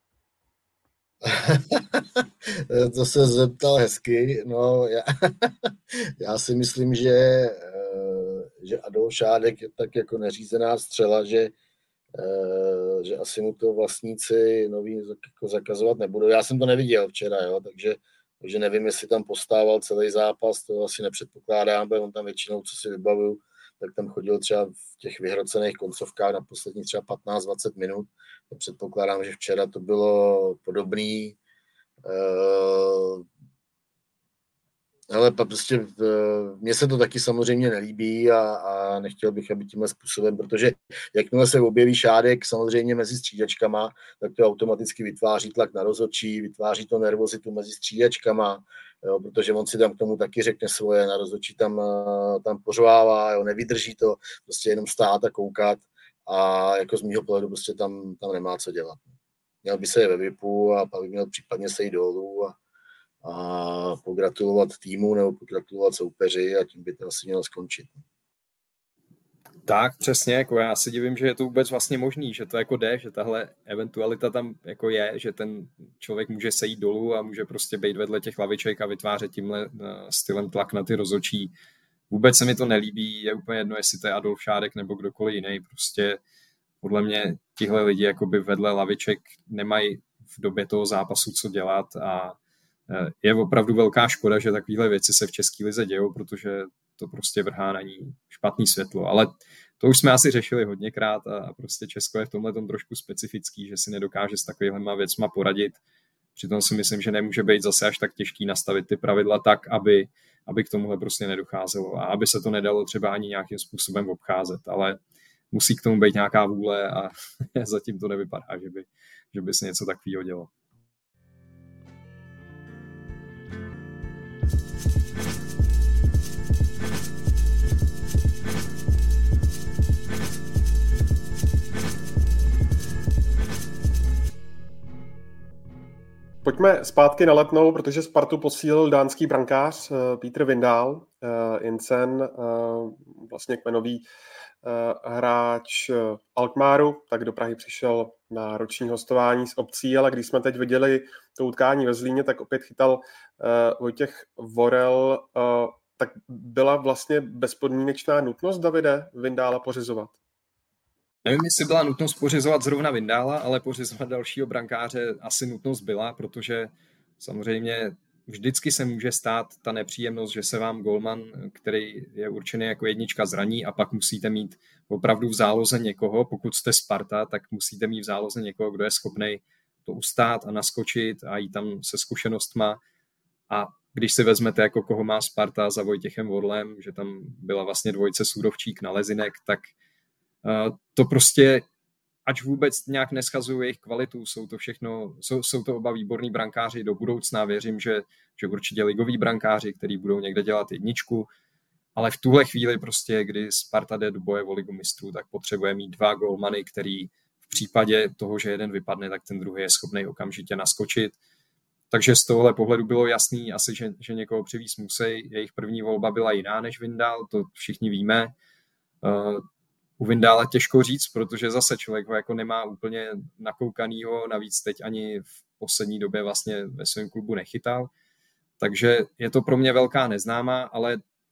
S5: To se zeptal hezky. No, já si myslím, že Adolf Šádek je tak jako neřízená střela, že asi mu to vlastníci noví jako zakazovat nebudou. Já jsem to neviděl včera, jo, takže nevím, jestli tam postával celý zápas, to asi nepředpokládám, protože on tam většinou, co si vybavuju, tak tam chodil třeba v těch vyhrocených koncovkách na poslední třeba 15-20 minut. Předpokládám, že včera to bylo podobný. Ale prostě mně se to taky samozřejmě nelíbí a nechtěl bych, aby tímhle způsobem, protože jakmile se objeví Šádek samozřejmě mezi střídačkama, tak to automaticky vytváří tlak na rozhodčí, vytváří to nervozitu mezi střídačkama, jo, protože on si tam k tomu taky řekne svoje, na rozhodčí tam pořvává, jo, nevydrží to prostě jenom stát a koukat a jako z mýho pohledu prostě tam nemá co dělat. Měl by se je ve VIPu a pak by měl případně sejít dolů a pogratulovat týmu nebo pogratulovat soupeři a tím by to asi mělo skončit.
S6: Tak, přesně, jako já si divím, že je to vůbec vlastně možný, že to jako jde, že tahle eventualita tam jako je, že ten člověk může sejít dolů a může prostě být vedle těch laviček a vytvářet tímhle stylem tlak na ty rozhodčí. Vůbec se mi to nelíbí, je úplně jedno, jestli to je Adolf Šádek nebo kdokoliv jiný, prostě podle mě tihle lidi jakoby vedle laviček nemají v době toho zápasu co dělat a je opravdu velká škoda, že takovéhle věci se v české lize dějou, protože to prostě vrhá na ní špatný světlo. Ale to už jsme asi řešili hodněkrát a prostě Česko je v tomhle tom trošku specifický, že si nedokáže s takovýhlema věcma poradit. Přitom si myslím, že nemůže být zase až tak těžký nastavit ty pravidla tak, aby k tomuhle prostě nedocházelo a aby se to nedalo třeba ani nějakým způsobem obcházet, ale musí k tomu být nějaká vůle a zatím to nevypadá, že by se něco takového dělo.
S4: Pojďme zpátky na Letnou, protože Spartu posílil dánský brankář Petr Vindal, Incen, vlastně kmenový hráč Alkmaru, tak do Prahy přišel na roční hostování s opcí, ale když jsme teď viděli to utkání ve Zlíně, tak opět chytal Vojtěch Vorel, tak byla vlastně bezpodmínečná nutnost Davide Vindála pořizovat?
S6: Nevím, jestli byla nutnost pořizovat zrovna Vindála, ale pořizovat dalšího brankáře asi nutnost byla, protože samozřejmě vždycky se může stát ta nepříjemnost, že se vám golman, který je určený jako jednička, zraní a pak musíte mít opravdu v záloze někoho, pokud jste Sparta, tak musíte mít v záloze někoho, kdo je schopný to ustát a naskočit a jít tam se zkušenostma. A když si vezmete, jako koho má Sparta za Vojtěchem Vorlem, že tam byla vlastně dvojice Sudovčík na Lezinek, tak to prostě, ač vůbec nějak neschazují jejich kvalitu, jsou to oba výborní brankáři do budoucna, věřím, že určitě ligoví brankáři, který budou někde dělat jedničku, ale v tuhle chvíli prostě, kdy Sparta jde do boje o ligu mistrů, tak potřebuje mít dva golmany, který v případě toho, že jeden vypadne, tak ten druhý je schopný okamžitě naskočit. Takže z tohohle pohledu bylo jasný asi, že někoho přivízt musí. Jejich první volba byla jiná než Vindal, to všichni víme. U Vindála těžko říct, protože zase člověk ho jako nemá úplně nakoukanýho, navíc teď ani v poslední době vlastně ve svém klubu nechytal. Takže je to pro mě velká neznámá, ale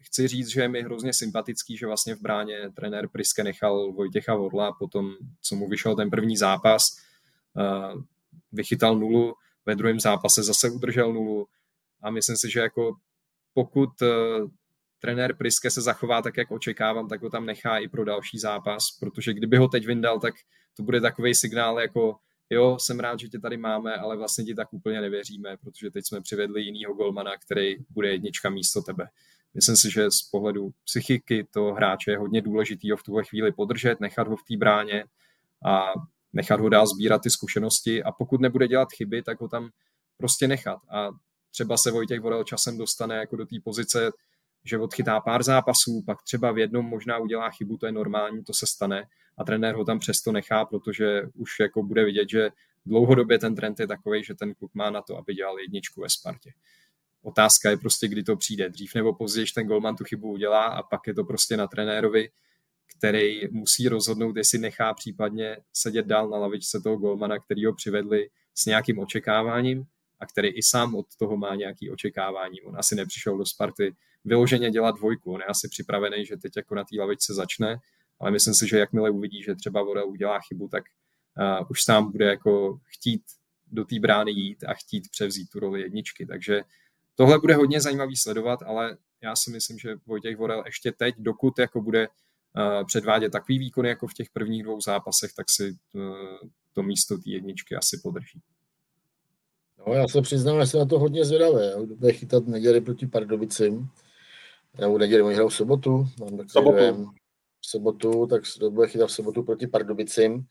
S6: chci říct, že je mi hrozně sympatický, že vlastně v bráně trenér Priske nechal Vojtěcha Vorla potom, co mu vyšel ten první zápas, vychytal 0, ve druhém zápase zase udržel 0 a myslím si, že jako pokud trenér Priske se zachová tak, jak očekávám, tak ho tam nechá i pro další zápas, protože kdyby ho teď vyndal, tak to bude takovej signál jako jo, jsem rád, že tě tady máme, ale vlastně ti tak úplně nevěříme, protože teď jsme přivedli jinýho golmana, který bude jednička místo tebe. Myslím si, že z pohledu psychiky toho hráče je hodně důležitý ho v tuhle chvíli podržet, nechat ho v té bráně a nechat ho dál sbírat ty zkušenosti a pokud nebude dělat chyby, tak ho tam prostě nechat. A třeba se Vojtěch Vorel časem dostane jako do té pozice, že odchytá pár zápasů, pak třeba v jednom možná udělá chybu, to je normální, to se stane a trenér ho tam přesto nechá, protože už jako bude vidět, že dlouhodobě ten trend je takovej, že ten kluk má na to, aby dělal jedničku ve Spartě. Otázka je prostě, kdy to přijde. Dřív nebo později ten golman tu chybu udělá a pak je to prostě na trenérovi, který musí rozhodnout, jestli nechá případně sedět dál na lavičce toho golmana, který ho přivedli s nějakým očekáváním a který i sám od toho má nějaké očekávání. On asi nepřišel do Sparty vyloženě dělat dvojku. On je asi připravený, že teď jako na té lavičce začne, ale myslím si, že jakmile uvidí, že třeba Vorel udělá chybu, tak už sám bude jako chtít do té brány jít a chtít převzít tu roli jedničky. Takže tohle bude hodně zajímavý sledovat, ale já si myslím, že Vojtěch Vorel ještě teď, dokud jako bude předvádět takový výkon jako v těch prvních 2 zápasech, tak si to místo té jedničky asi podrží.
S5: No, já se přiznám, že jsem na to hodně zvědavý. Bude chytat neděli proti Pardubicím. Nebo neděli, oni hrajou v sobotu. V sobotu, tak to bude chytat v sobotu proti Pardubicím.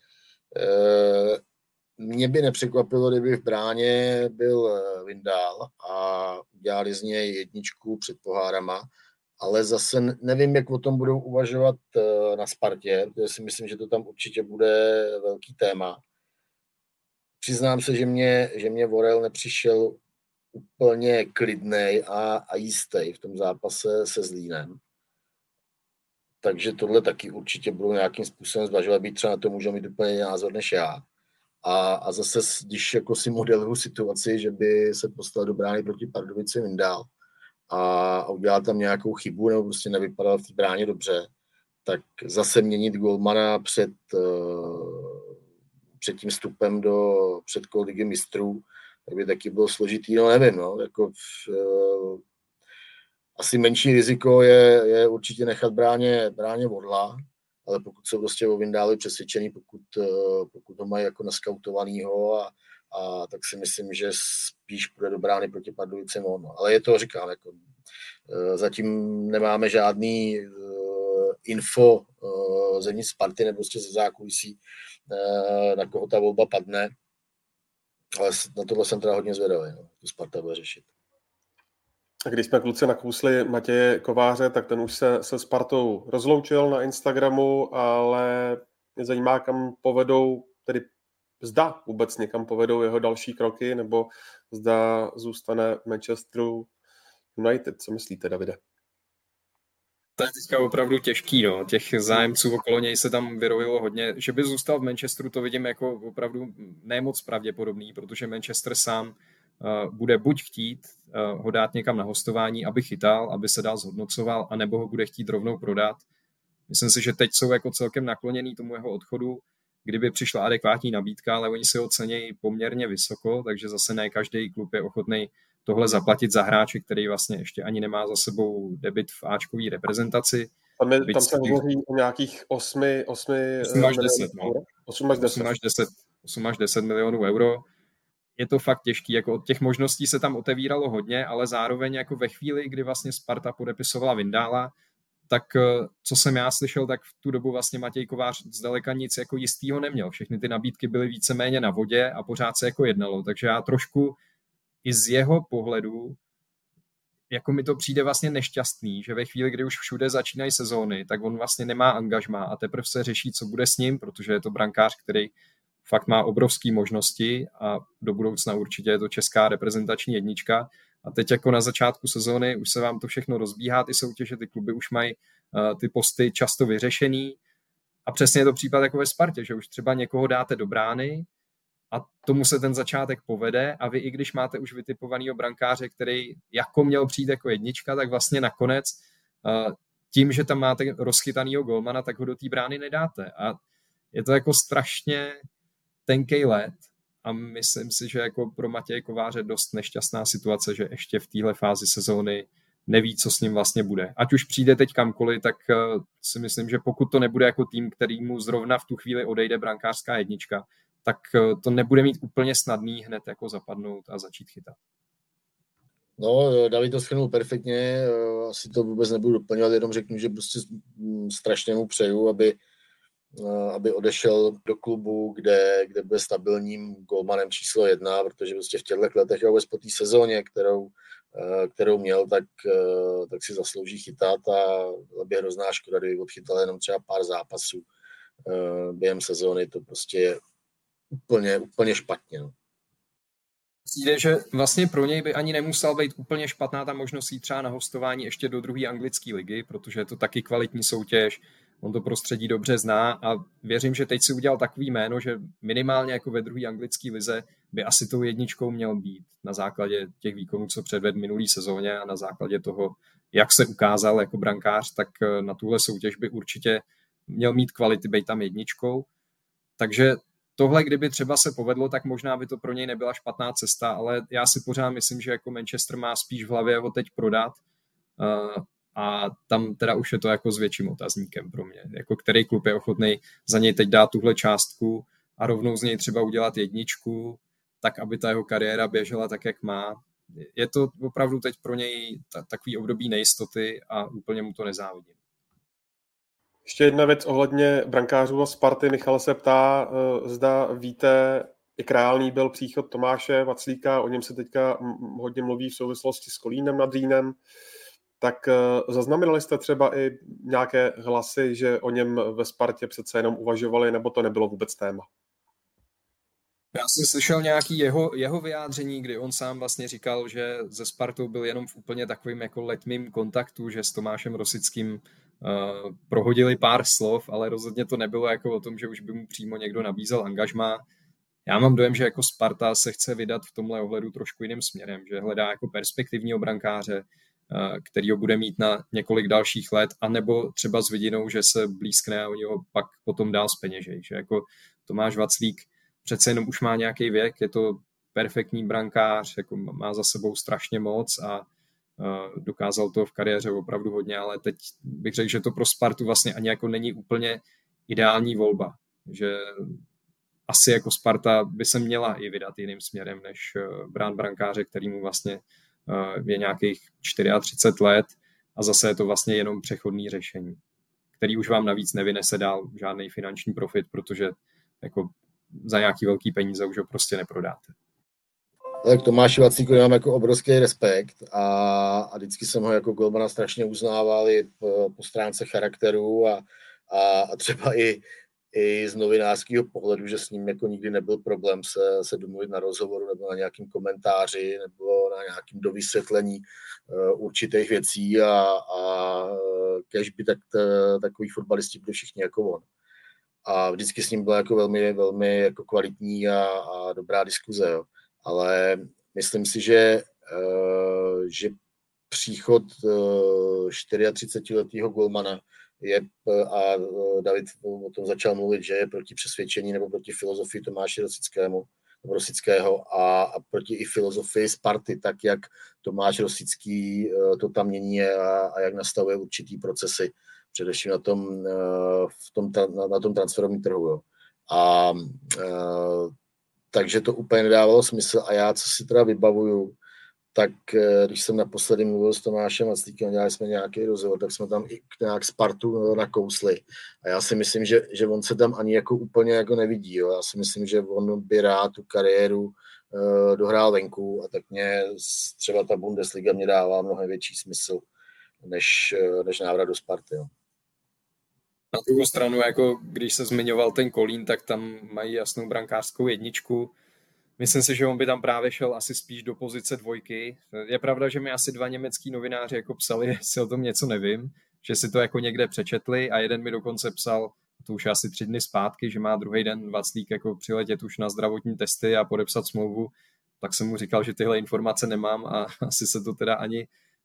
S5: Mě by nepřekvapilo, kdyby v bráně byl Vindál a udělali z něj jedničku před pohárama, ale zase nevím, jak o tom budou uvažovat na Spartě, protože si myslím, že to tam určitě bude velký téma. Přiznám se, že mě Vorel nepřišel úplně klidnej a jistý v tom zápase se Zlínem. Takže tohle taky určitě budou nějakým způsobem zvažovat, být třeba na to můžou mít úplně názor než já. A zase, když jako si modeluju situaci, že by se poslal do brány proti Pardubici Vindál a udělal tam nějakou chybu nebo prostě nevypadal v té bráně dobře, tak zase měnit golmana před tím vstupem do předkol Ligy mistrů, tak by taky bylo složitý, no nevím, no, jako asi menší riziko je určitě nechat bráně Vorla, ale pokud jsou prostě o Vindálovi přesvědčený, pokud ho mají jako naskautovanýho a tak si myslím, že spíš půjde do brány proti Pardubicím on. No. Ale je to, říkám, jako, zatím nemáme žádný info zevnitř Sparty nebo prostě ze zákulisí, na koho ta volba padne. Ale na tohle jsem teda hodně zvědavý, no, to Sparta bude řešit.
S4: A když jsme kluci nakousli Matěje Kováře, tak ten už se Spartou rozloučil na Instagramu, ale mě zajímá, kam povedou, tedy zda vůbec někam povedou jeho další kroky, nebo zda zůstane v Manchesteru United. Co myslíte, Davide?
S6: To je teďka opravdu těžký, no. Těch zájemců okolo něj se tam vyrojilo hodně. Že by zůstal v Manchesteru, to vidím jako opravdu nemoc pravděpodobný, protože Manchester sám bude buď chtít ho dát někam na hostování, aby chytal, aby se dál zhodnocoval, anebo ho bude chtít rovnou prodat. Myslím si, že teď jsou jako celkem nakloněný tomu jeho odchodu, kdyby přišla adekvátní nabídka, ale oni si ho cenějí poměrně vysoko, takže zase ne každý klub je ochotný tohle zaplatit za hráče, který vlastně ještě ani nemá za sebou debut v áčkové reprezentaci.
S4: Tam se hovoří o nějakých 8
S6: až 10 milionů euro. Je to fakt těžký, jako od těch možností se tam otevíralo hodně, ale zároveň jako ve chvíli, kdy vlastně Sparta podepisovala Vindála, tak co jsem já slyšel, tak v tu dobu vlastně Matěj Kovář zdaleka nic jako jistýho neměl. Všechny ty nabídky byly víceméně na vodě a pořád se jako jednalo, takže já trošku i z jeho pohledu jako mi to přijde vlastně nešťastný, že ve chvíli, kdy už všude začínají sezóny, tak on vlastně nemá angažmá a teprve se řeší, co bude s ním, protože je to brankář, který fakt má obrovské možnosti a do budoucna určitě je to česká reprezentační jednička. A teď jako na začátku sezóny už se vám to všechno rozbíhá, ty soutěže, ty kluby už mají ty posty často vyřešený. A přesně je to případ jako ve Spartě, že už třeba někoho dáte do brány a tomu se ten začátek povede a vy i když máte už vytipovanýho brankáře, který jako měl přijít jako jednička, tak vlastně nakonec tím, že tam máte rozchytanýho golmana, tak ho do té brány nedáte. A je to jako strašně tenkej led a myslím si, že jako pro Matěje Kováře dost nešťastná situace, že ještě v téhle fázi sezóny neví, co s ním vlastně bude. Ať už přijde teď kamkoliv, tak si myslím, že pokud to nebude jako tým, který mu zrovna v tu chvíli odejde brankářská jednička, tak to nebude mít úplně snadný hned jako zapadnout a začít chytat.
S5: No, David to shrnul perfektně, asi to vůbec nebudu doplňovat, jenom řeknu, že prostě strašně mu přeju, aby odešel do klubu, kde bude stabilním golmanem číslo 1, protože prostě v těchto letech a vůbec po té sezóně, kterou měl, tak si zaslouží chytat a byla by hrozná škoda, kdyby odchytal jenom třeba pár zápasů během sezóny, to prostě je úplně špatně. No.
S6: Přijde, že vlastně pro něj by ani nemusela být úplně špatná ta možnost jít třeba na hostování ještě do druhé anglické ligy, protože je to taky kvalitní soutěž, on to prostředí dobře zná a věřím, že teď si udělal takový jméno, že minimálně jako ve druhé anglické lize by asi tou jedničkou měl být na základě těch výkonů, co předvedl minulý sezóně a na základě toho, jak se ukázal jako brankář, tak na tuhle soutěž by určitě měl mít kvality, být tam jedničkou. Takže tohle, kdyby třeba se povedlo, tak možná by to pro něj nebyla špatná cesta, ale já si pořád myslím, že jako Manchester má spíš v hlavě ho teď prodat a tam teda už je to jako s větším otazníkem pro mě. Jako který klub je ochotný za něj teď dát tuhle částku a rovnou z něj třeba udělat jedničku, tak aby ta jeho kariéra běžela tak, jak má. Je to opravdu teď pro něj takový období nejistoty a úplně mu to nezávidím.
S4: Ještě jedna věc ohledně brankářů a Sparty. Michal se ptá, zda víte, jak reálný byl příchod Tomáše Vaclíka, o něm se teďka hodně mluví v souvislosti s Kolínem nad Rýnem. Tak zaznamenali jste třeba i nějaké hlasy, že o něm ve Spartě přece jenom uvažovali, nebo to nebylo vůbec téma?
S6: Já jsem slyšel nějaký jeho vyjádření, kdy on sám vlastně říkal, že ze Spartou byl jenom v úplně takovým jako letmým kontaktu, že s Tomášem Rosickým prohodili pár slov, ale rozhodně to nebylo jako o tom, že už by mu přímo někdo nabízel angažmá. Já mám dojem, že jako Sparta se chce vydat v tomhle ohledu trošku jiným směrem, že hledá jako perspektivního brankáře, který ho bude mít na několik dalších let, anebo třeba s vidinou, že se blízkne a oni ho pak potom dál zpeněžejí. Že jako Tomáš Vaclík přece jenom už má nějaký věk, je to perfektní brankář, jako má za sebou strašně moc a dokázal to v kariéře opravdu hodně, ale teď bych řekl, že to pro Spartu vlastně ani jako není úplně ideální volba, že asi jako Sparta by se měla i vydat jiným směrem, než brát brankáře, kterýmu vlastně je nějakých 34 let a zase je to vlastně jenom přechodný řešení, který už vám navíc nevynese dál žádný finanční profit, protože jako za nějaký velký peníze už ho prostě neprodáte.
S5: Tak Tomáši Vaclíkovi mám jako obrovský respekt a vždycky jsem ho jako golmana strašně uznával i po stránce charakteru a třeba i z novinářského pohledu, že s ním jako nikdy nebyl problém se domluvit na rozhovoru nebo na nějakým komentáři nebo na nějakým dovysvětlení určitých věcí a kéž by takový fotbalisti byli všichni jako on. A vždycky s ním byla jako velmi, velmi jako kvalitní a dobrá diskuze. Jo. Ale myslím si, že příchod 34letého golmana je, a David o tom začal mluvit, že je proti přesvědčení nebo proti filozofii Tomáše Rosického a proti i filozofii Sparty, tak jak Tomáš Rosický to tam mění a jak nastavuje určitý procesy, především na tom transferovém trhu. Jo. Takže to úplně nedávalo smysl a já, co si teda vybavuju, tak když jsem naposledy mluvil s Tomášem Vaclíkem, dělali jsme nějaký rozhovor, tak jsme tam i nějak Spartu nakousli. A já si myslím, že on se tam ani jako úplně jako nevidí. Jo. Já si myslím, že on by rád tu kariéru dohrál venku a tak mě třeba ta Bundesliga mě dává mnohem větší smysl než návrat do Sparty. Jo.
S6: Na druhou stranu, jako když se zmiňoval ten Kolín, tak tam mají jasnou brankářskou jedničku. Myslím si, že on by tam právě šel asi spíš do pozice 2. Je pravda, že mi asi 2 německý novináři jako psali, jestli o tom něco nevím, že si to jako někde přečetli a jeden mi dokonce psal, to už asi 3 dny zpátky, že má druhý den Vaclík jako přiletět už na zdravotní testy a podepsat smlouvu, tak jsem mu říkal, že tyhle informace nemám a asi se to teda ani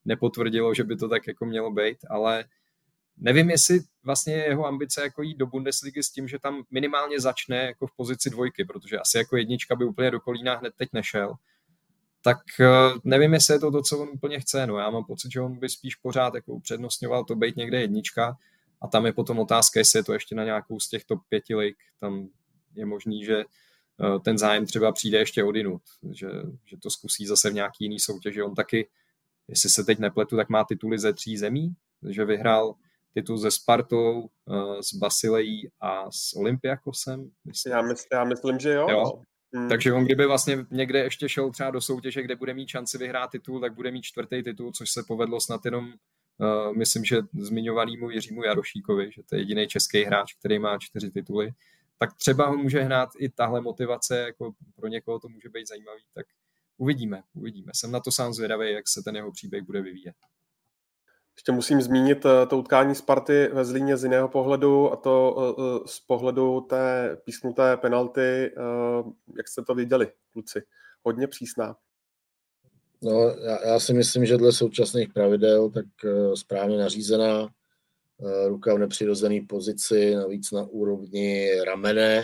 S6: nepotvrdilo, že by to tak jako mělo být, ale nevím, jestli vlastně jeho ambice jako jít do Bundesligy s tím, že tam minimálně začne jako v pozici 2, protože asi jako 1 by úplně do kolína hned teď nešel. Tak nevím, jestli je to, co on úplně chce. No, já mám pocit, že on by spíš pořád jako upřednostňoval to být někde 1 a tam je potom otázka, jestli je to ještě na nějakou z těch top 5 lig. Tam je možný, že ten zájem třeba přijde ještě odinut, že to zkusí zase v nějaký jiný soutěži. On taky, jestli se teď nepletu, tak má tituly ze 3 zemí, že vyhrál titul se Spartou, s Basilejí a s Olympiakosem.
S4: Já myslím, že jo.
S6: Takže on kdyby vlastně někde ještě šel třeba do soutěže, kde bude mít šanci vyhrát titul, tak bude mít 4. titul, což se povedlo snad jenom, myslím, že zmiňovanému Jiřímu Jarošíkovi, že to je jediný český hráč, který má 4 tituly. Tak třeba ho může hnát i tahle motivace, jako pro někoho to může být zajímavý, tak uvidíme. Jsem na to sám zvědavý, jak se ten jeho příběh bude vyvíjet.
S4: Ještě musím zmínit to utkání Sparty ve Zlíně z jiného pohledu, a to z pohledu té písknuté penalty. Jak jste to viděli, kluci? Hodně přísná.
S5: No, já si myslím, že dle současných pravidel tak správně nařízená, ruka v nepřirozené pozici, navíc na úrovni ramene,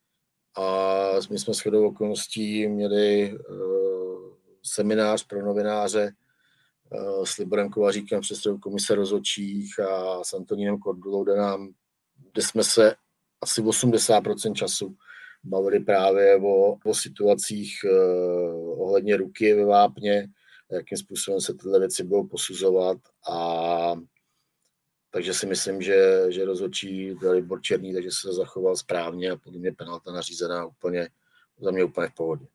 S5: a my jsme shodou okolností měli seminář pro novináře s Liborem Kovaříkem, předsedou komise rozhodčích, a s Antonínem Kordulou, kde jsme se asi 80% času bavili právě o situacích ohledně ruky ve vápně, jakým způsobem se tyhle věci budou posuzovat. A takže si myslím, že rozhodčí Libor Černý, takže se zachoval správně a podle mě penalta nařízená za mě úplně v pohodě.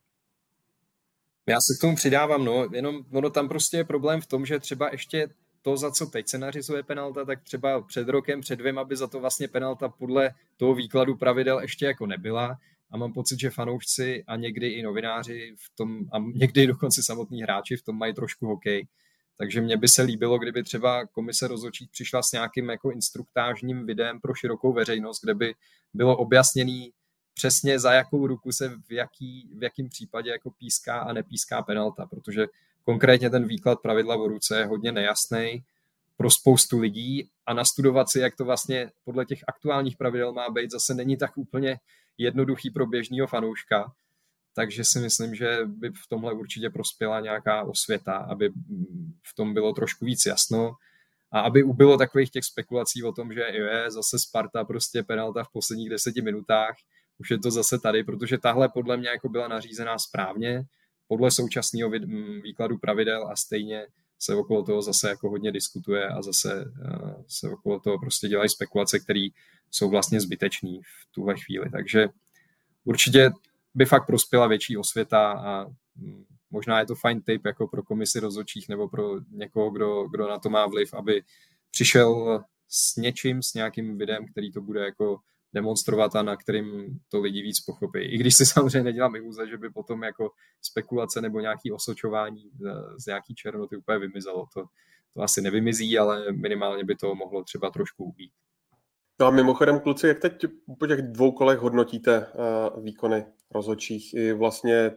S6: Já se k tomu přidávám, jenom ono tam prostě je problém v tom, že třeba ještě to, za co teď se nařizuje penalta, tak třeba před rokem, před 2 by za to vlastně penalta podle toho výkladu pravidel ještě jako nebyla, a mám pocit, že fanoušci a někdy i novináři v tom, a někdy dokonce samotní hráči v tom mají trošku hokej. Takže mně by se líbilo, kdyby třeba komise rozhodčích přišla s nějakým jako instruktážním videem pro širokou veřejnost, kde by bylo objasněný přesně za jakou ruku se v jakém případě jako píská a nepíská penalta, protože konkrétně ten výklad pravidla o ruce je hodně nejasný pro spoustu lidí a nastudovat si, jak to vlastně podle těch aktuálních pravidel má být, zase není tak úplně jednoduchý pro běžného fanouška. Takže si myslím, že by v tomhle určitě prospěla nějaká osvěta, aby v tom bylo trošku víc jasno a aby ubylo takových těch spekulací o tom, že je zase Sparta prostě penalta v posledních 10 minutách, už je to zase tady, protože tahle podle mě jako byla nařízená správně podle současného výkladu pravidel a stejně se okolo toho zase jako hodně diskutuje a zase se okolo toho prostě dělají spekulace, které jsou vlastně zbytečné v tuhle chvíli. Takže určitě by fakt prospěla větší osvěta a možná je to fajn tip jako pro komisi rozhodčích nebo pro někoho, kdo na to má vliv, aby přišel s něčím, s nějakým videem, který to bude jako demonstrovat a na kterým to lidi víc pochopí. I když si samozřejmě nedělám iluze, že by potom jako spekulace nebo nějaké osočování z nějaký černoty úplně vymizelo. To asi nevymizí, ale minimálně by to mohlo třeba trošku ubít.
S4: No a mimochodem, kluci, jak teď po těch 2 kolech hodnotíte výkony rozhodčích i vlastně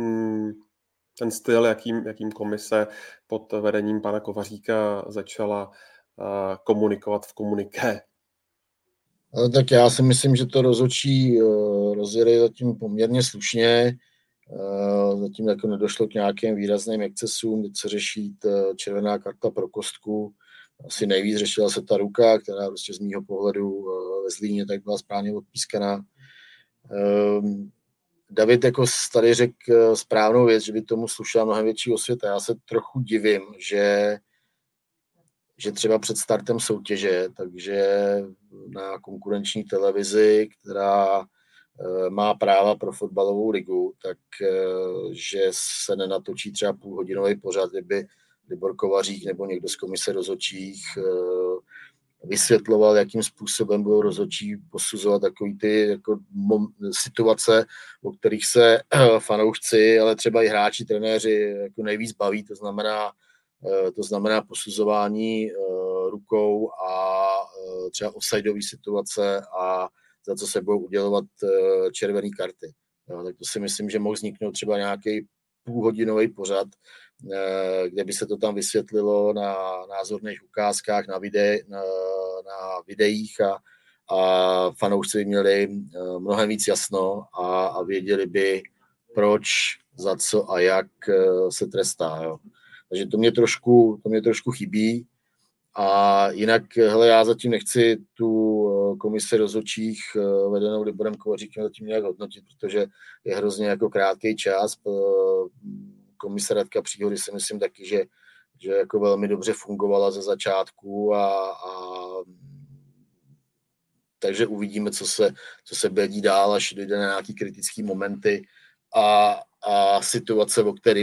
S4: ten styl, jakým komise pod vedením pana Kovaříka začala komunikovat v komuniké?
S5: Ale tak já si myslím, že to rozhodčí rozjeli zatím poměrně slušně. Zatím jako nedošlo k nějakým výrazným excesům, teď se řeší červená karta pro Kostku. Asi nejvíc řešila se ta ruka, která prostě z mýho pohledu ve Zlíně tak byla správně odpískaná. David jako tady řekl správnou věc, že by tomu slušela mnohem větší osvěta. Já se trochu divím, že třeba před startem soutěže, takže na konkurenční televizi, která má práva pro fotbalovou ligu, tak že se nenatočí třeba půlhodinový pořad, kdyby Libor Kovařík nebo někdo z komise rozhodčích vysvětloval, jakým způsobem budou rozhodčí posuzovat takový ty jako situace, o kterých se fanoušci, ale třeba i hráči, trenéři jako nejvíc baví, to znamená posuzování rukou a třeba offsideové situace a za co se budou udělovat červené karty. Jo, tak to si myslím, že mohl vzniknout třeba nějaký půlhodinový pořad, kde by se to tam vysvětlilo na názorných ukázkách, na videích a fanoušci by měli mnohem víc jasno a věděli by, proč, za co a jak se trestá. Jo. Takže to mě trošku chybí. A jinak, hele, já zatím nechci tu komisi rozhodčích vedenou Liborem Kovaříkem zatím nějak hodnotit, protože je hrozně jako krátký čas. Komise Radka Příhody si myslím taky, že jako velmi dobře fungovala ze začátku a takže uvidíme, co se bude dít dál, až dojde na nějaký kritický momenty a situace,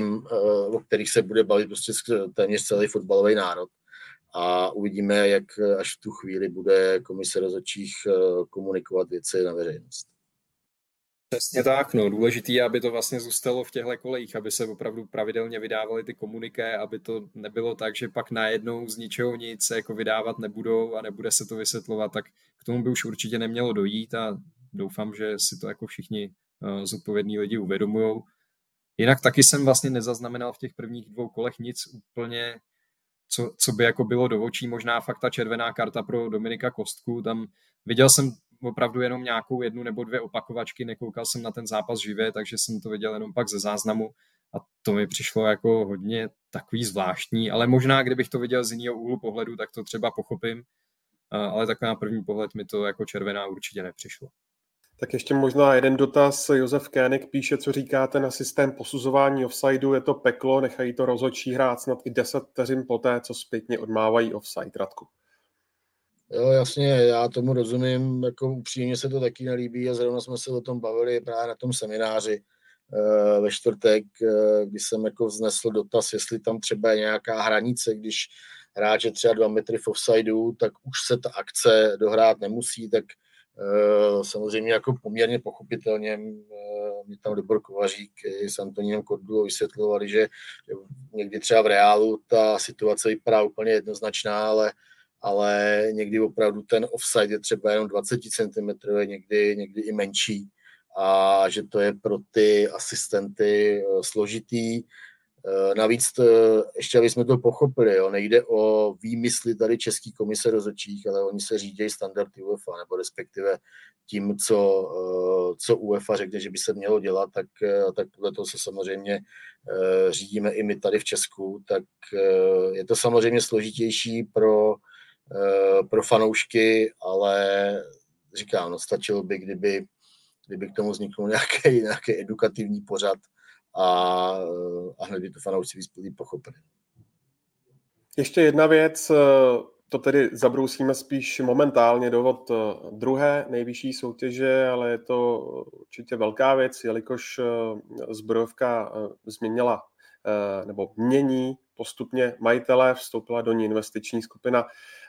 S5: o kterých se bude bavit prostě téměř celý fotbalový národ. A uvidíme, jak až v tu chvíli bude komise rozhodčích komunikovat věci na veřejnost.
S6: Přesně tak, no. Důležitý je, aby to vlastně zůstalo v těchto kolejích, aby se opravdu pravidelně vydávaly ty komuniké, aby to nebylo tak, že pak najednou z ničeho nic jako vydávat nebudou a nebude se to vysvětlovat, tak k tomu by už určitě nemělo dojít a doufám, že si to jako všichni zodpovědní lidi uvědomujou. Jinak taky jsem vlastně nezaznamenal v těch prvních 2 kolech nic úplně, co by jako bylo do očí, možná fakt ta červená karta pro Dominika Kostku, tam viděl jsem opravdu jenom nějakou 1 nebo 2 opakovačky, nekoukal jsem na ten zápas živě, takže jsem to viděl jenom pak ze záznamu a to mi přišlo jako hodně takový zvláštní, ale možná kdybych to viděl z jiného úhlu pohledu, tak to třeba pochopím, ale tak na první pohled mi to jako červená určitě nepřišlo.
S4: Tak ještě možná jeden dotaz. Josef Kénik píše, co říkáte na systém posuzování offsideu. Je to peklo, nechají to rozhodčí hrát snad i 10 vteřin poté, co zpětně odmávají offside, Radku.
S5: Jo, jasně, já tomu rozumím, jako upřímně se to taky nelíbí a zrovna jsme se o tom bavili právě na tom semináři ve čtvrtek, kdy jsem jako vznesl dotaz, jestli tam třeba je nějaká hranice, když hráč je třeba 2 metry v offsideu, tak už se ta akce dohrát nemusí, tak samozřejmě jako poměrně pochopitelně mě tam Libor Kovařík s Antonínem Kordulou vysvětlovali, že někdy třeba v reálu ta situace vypadá úplně jednoznačná, ale někdy opravdu ten offside je třeba jenom 20 cm, někdy i menší a že to je pro ty asistenty složitý. Navíc ještě, aby jsme to pochopili, jo, nejde o výmysly tady České komise rozhodčích, ale oni se řídí standardy UEFA, nebo respektive tím, co UEFA řekne, že by se mělo dělat, tak podle toho se samozřejmě řídíme i my tady v Česku, tak je to samozřejmě složitější pro fanoušky, ale říkám, no, stačilo by, kdyby k tomu vzniknul nějaký edukativní pořad a hned by to fanoušci víc pochopili.
S4: Ještě jedna věc, to tedy zabrousíme spíš momentálně dovod druhé nejvyšší soutěže, ale je to určitě velká věc, jelikož Zbrojovka změnila nebo mění postupně majitele, vstoupila do ní investiční skupina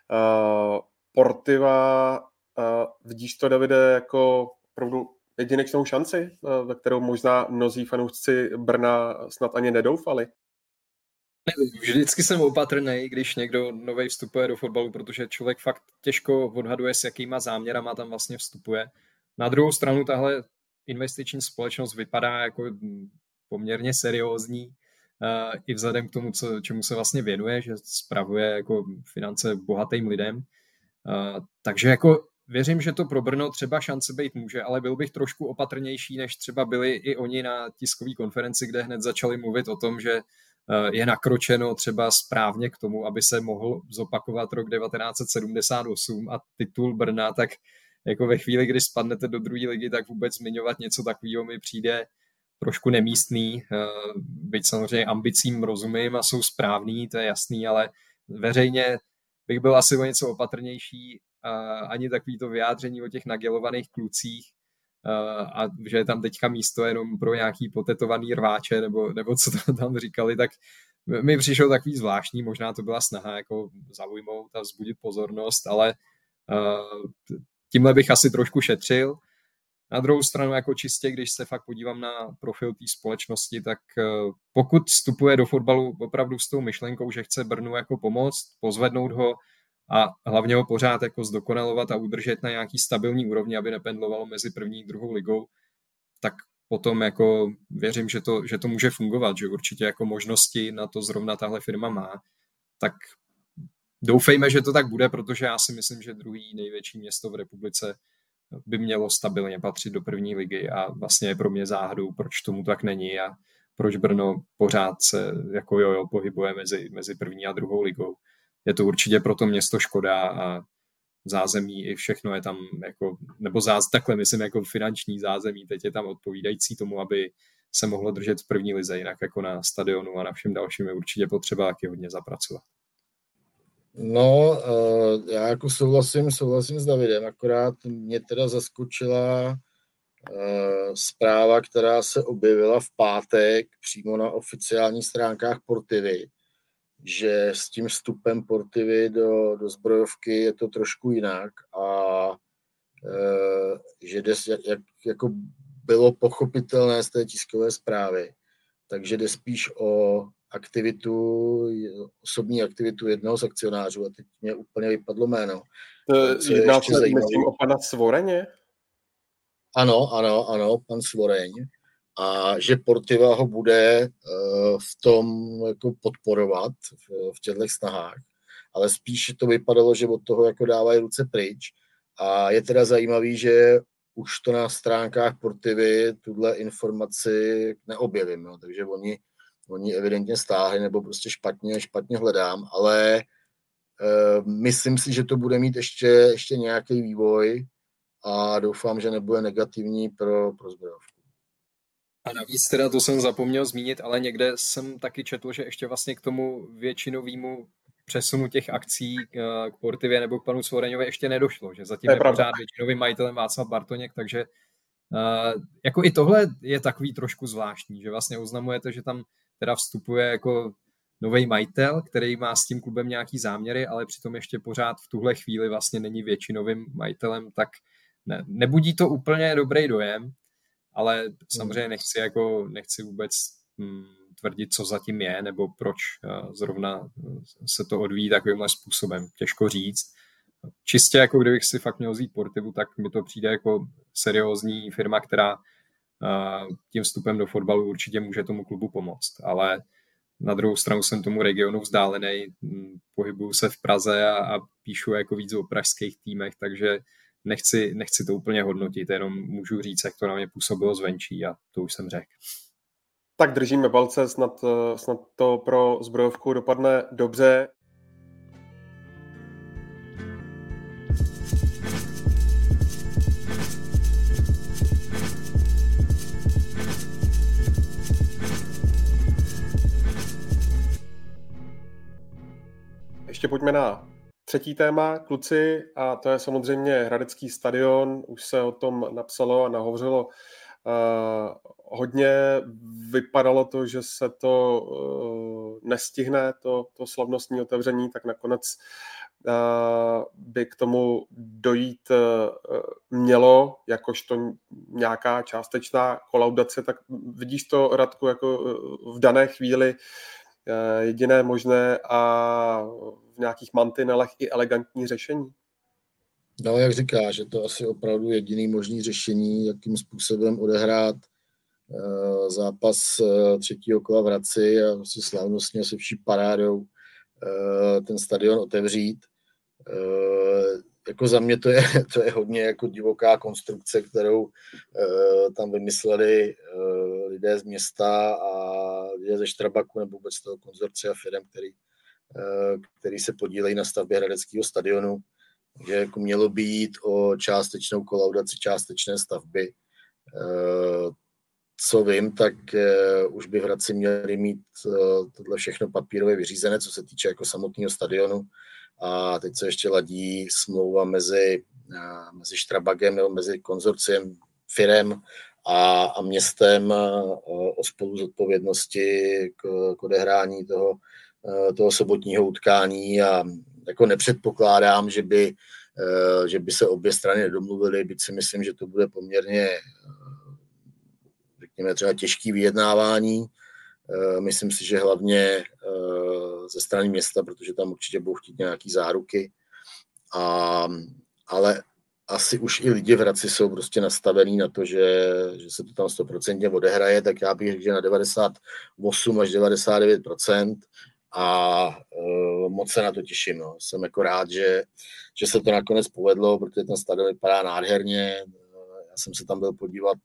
S4: Portiva. Vidíš to, Davide, jako opravdu jedinečnou šanci, ve kterou možná mnozí fanoušci Brna snad ani nedoufali?
S6: Vždycky jsem opatrný, když někdo novej vstupuje do fotbalu, protože člověk fakt těžko odhaduje, s jakýma záměrama tam vlastně vstupuje. Na druhou stranu tahle investiční společnost vypadá jako poměrně seriózní, i vzhledem k tomu, čemu se vlastně věnuje, že spravuje jako finance bohatým lidem. Takže jako věřím, že to pro Brno třeba šance být může, ale byl bych trošku opatrnější, než třeba byli i oni na tiskové konferenci, kde hned začali mluvit o tom, že je nakročeno třeba správně k tomu, aby se mohl zopakovat rok 1978 a titul Brna, tak jako ve chvíli, kdy spadnete do druhé ligy, tak vůbec zmiňovat něco takového mi přijde trošku nemístný, byť samozřejmě ambicím rozumím a jsou správný, to je jasný, ale veřejně bych byl asi o něco opatrnější, ani takovýto vyjádření o těch nagelovaných klucích a že je tam teďka místo jenom pro nějaký potetovaný rváče nebo co to tam říkali, tak mi přišlo takový zvláštní, možná to byla snaha jako zaujmout a vzbudit pozornost, ale tímhle bych asi trošku šetřil. Na druhou stranu, jako čistě, když se fakt podívám na profil té společnosti, tak pokud vstupuje do fotbalu opravdu s tou myšlenkou, že chce Brnu jako pomoct, pozvednout ho a hlavně ho pořád jako zdokonalovat a udržet na nějaký stabilní úrovni, aby nependlovalo mezi první a druhou ligou, tak potom jako věřím, že to může fungovat, že určitě jako možnosti na to zrovna tahle firma má, tak doufejme, že to tak bude, protože já si myslím, že druhý největší město v republice by mělo stabilně patřit do první ligy a vlastně je pro mě záhadou, proč tomu tak není a proč Brno pořád se jako jojo pohybuje mezi první a druhou ligou. Je to určitě pro to město škoda a zázemí i všechno je tam jako, nebo takhle myslím jako finanční zázemí, teď je tam odpovídající tomu, aby se mohlo držet v první lize, jinak jako na stadionu a na všem dalším je určitě potřeba taky hodně zapracovat.
S5: No, já jako souhlasím s Davidem, akorát mě teda zaskočila zpráva, která se objevila v pátek přímo na oficiálních stránkách Portivy, že s tím vstupem Portivy do zbrojovky je to trošku jinak a že jak jako bylo pochopitelné z té tiskové zprávy, takže jde spíš o osobní aktivitu jednoho z akcionářů a teď mě úplně vypadlo jméno.
S4: Jedná se, myslím, o pana Svoreně?
S5: Ano, pan Svoreň. A že Portiva ho bude v tom jako podporovat v těchto snahách. Ale spíš to vypadalo, že od toho jako dávají ruce pryč. A je teda zajímavý, že už to na stránkách Portivy tuhle informaci neobjevím. No. Takže oni evidentně stáhli, nebo prostě špatně hledám, ale myslím si, že to bude mít ještě nějaký vývoj a doufám, že nebude negativní pro zbrojovku.
S6: A navíc teda, to jsem zapomněl zmínit, ale někde jsem taky četl, že ještě vlastně k tomu většinovému přesunu těch akcí k Portivě nebo k panu Svoreňovi ještě nedošlo, že zatím je pořád většinovým majitelem Václav Bartoněk, takže jako i tohle je takový trošku zvláštní, že vlastně oznamujete, že tam teda vstupuje jako nový majitel, který má s tím klubem nějaký záměry, ale přitom ještě pořád v tuhle chvíli vlastně není většinovým majitelem, tak nebudí to úplně dobrý dojem, ale samozřejmě nechci vůbec tvrdit, co zatím je, nebo proč zrovna se to odvíjí takovýmhle způsobem. Těžko říct. Čistě jako kdybych si fakt měl vzít Portivu, tak mi to přijde jako seriózní firma, která tím vstupem do fotbalu určitě může tomu klubu pomoct. Ale na druhou stranu jsem tomu regionu vzdálený, pohybuju se v Praze a píšu jako víc o pražských týmech, takže nechci to úplně hodnotit, jenom můžu říct, jak to na mě působilo zvenčí a to už jsem řekl.
S4: Tak držíme palce, snad to pro zbrojovku dopadne dobře. Ještě pojďme na třetí téma, kluci, a to je samozřejmě Hradecký stadion. Už se o tom napsalo a nahovořilo hodně. Vypadalo to, že se to nestihne, to slavnostní otevření, tak nakonec by k tomu dojít mělo, jakožto nějaká částečná kolaudace. Tak vidíš to, Radku, jako v dané chvíli jediné možné a v nějakých mantinelech i elegantní řešení?
S5: No, jak říkáš, je to asi opravdu jediný možný řešení, jakým způsobem odehrát zápas třetího kola v Hradci a vlastně slavnostně se vší parádou ten stadion otevřít. Jako za mě to je hodně jako divoká konstrukce, kterou tam vymysleli lidé z města a lidé ze Štrabaku nebo vůbec toho konzorcia firem, který se podílejí na stavbě Hradeckého stadionu. Takže jako mělo být o částečnou kolaudaci částečné stavby. Co vím, tak už by v Hradci měli mít tohle všechno papírově vyřízené, co se týče jako samotného stadionu. A teď se ještě ladí smlouva mezi Štrabagem nebo mezi konzorciem firem a městem o spoluzodpovědnosti k odehrání toho sobotního utkání a jako nepředpokládám, že by se obě strany nedomluvily, byť si myslím, že to bude poměrně, řekněme, třeba těžký vyjednávání. Myslím si, že hlavně ze strany města, protože tam určitě budou chtít nějaký záruky. Ale asi už i lidi v Hradci jsou prostě nastavení na to, že se to tam 100% odehraje, tak já bych řekl, že na 98 až 99% a moc se na to těším. No. Jsem jako rád, že se to nakonec povedlo, protože ten stadion vypadá nádherně. Já jsem se tam byl podívat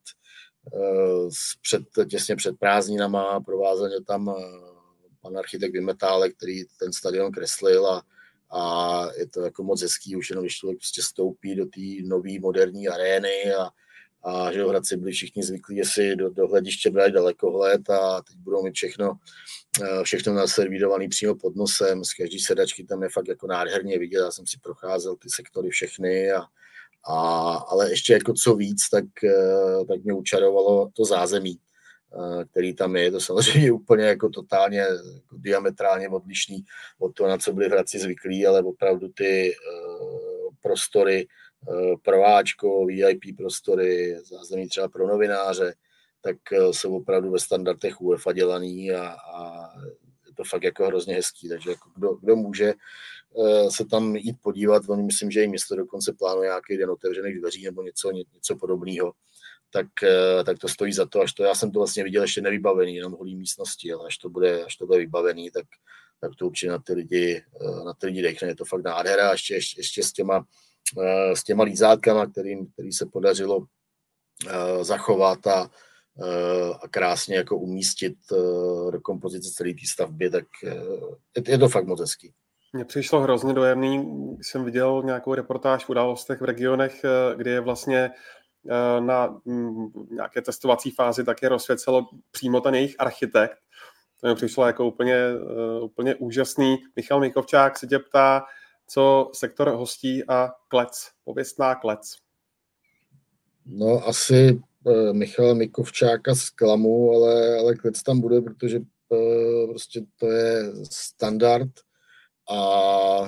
S5: těsně před prázdninama, provázel mě tam pan architekt Vymetálek, který ten stadion kreslil a je to jako moc hezký, už jenom když člověk prostě stoupí do té nové moderní arény a že v Hradci byli všichni zvyklí, že si do hlediště brali dalekohled a teď budou mít všechno naservírovaný přímo pod nosem, z každý sedačky tam je fakt jako nádherně vidět, já jsem si procházel ty sektory všechny ale ještě jako co víc, tak mě učarovalo to zázemí, který tam je. To samozřejmě úplně jako totálně jako diametrálně odlišný od toho, na co byli v Hradci zvyklí, ale opravdu ty prostory pro Ačko, VIP prostory, zázemí třeba pro novináře, tak jsou opravdu ve standardech UEFA dělaný a je to fakt jako hrozně hezký. Takže jako kdo může se tam jít podívat, oni myslím, že i město dokonce plánuje nějaký den otevřených dveří nebo něco podobného, tak to stojí za to, já jsem to vlastně viděl ještě nevybavený, jenom holý místnosti, ale až to bude vybavený, tak to určitě na ty lidi dechne, je to fakt nádhera, ještě s těma lízátkama, který se podařilo zachovat a krásně jako umístit do kompozice celé té stavby, tak je to fakt moc hezký.
S4: Mně přišlo hrozně dojemný, když jsem viděl nějakou reportáž v událostech v regionech, kde je vlastně na nějaké testovací fázi taky rozsvěcelo přímo ten jejich architekt. To mi přišlo jako úplně úžasný. Michal Mikovčák se tě ptá, co sektor hostí a klec, pověstná klec.
S5: No asi Michal Mikovčáka zklamu, ale klec tam bude, protože prostě to je standard a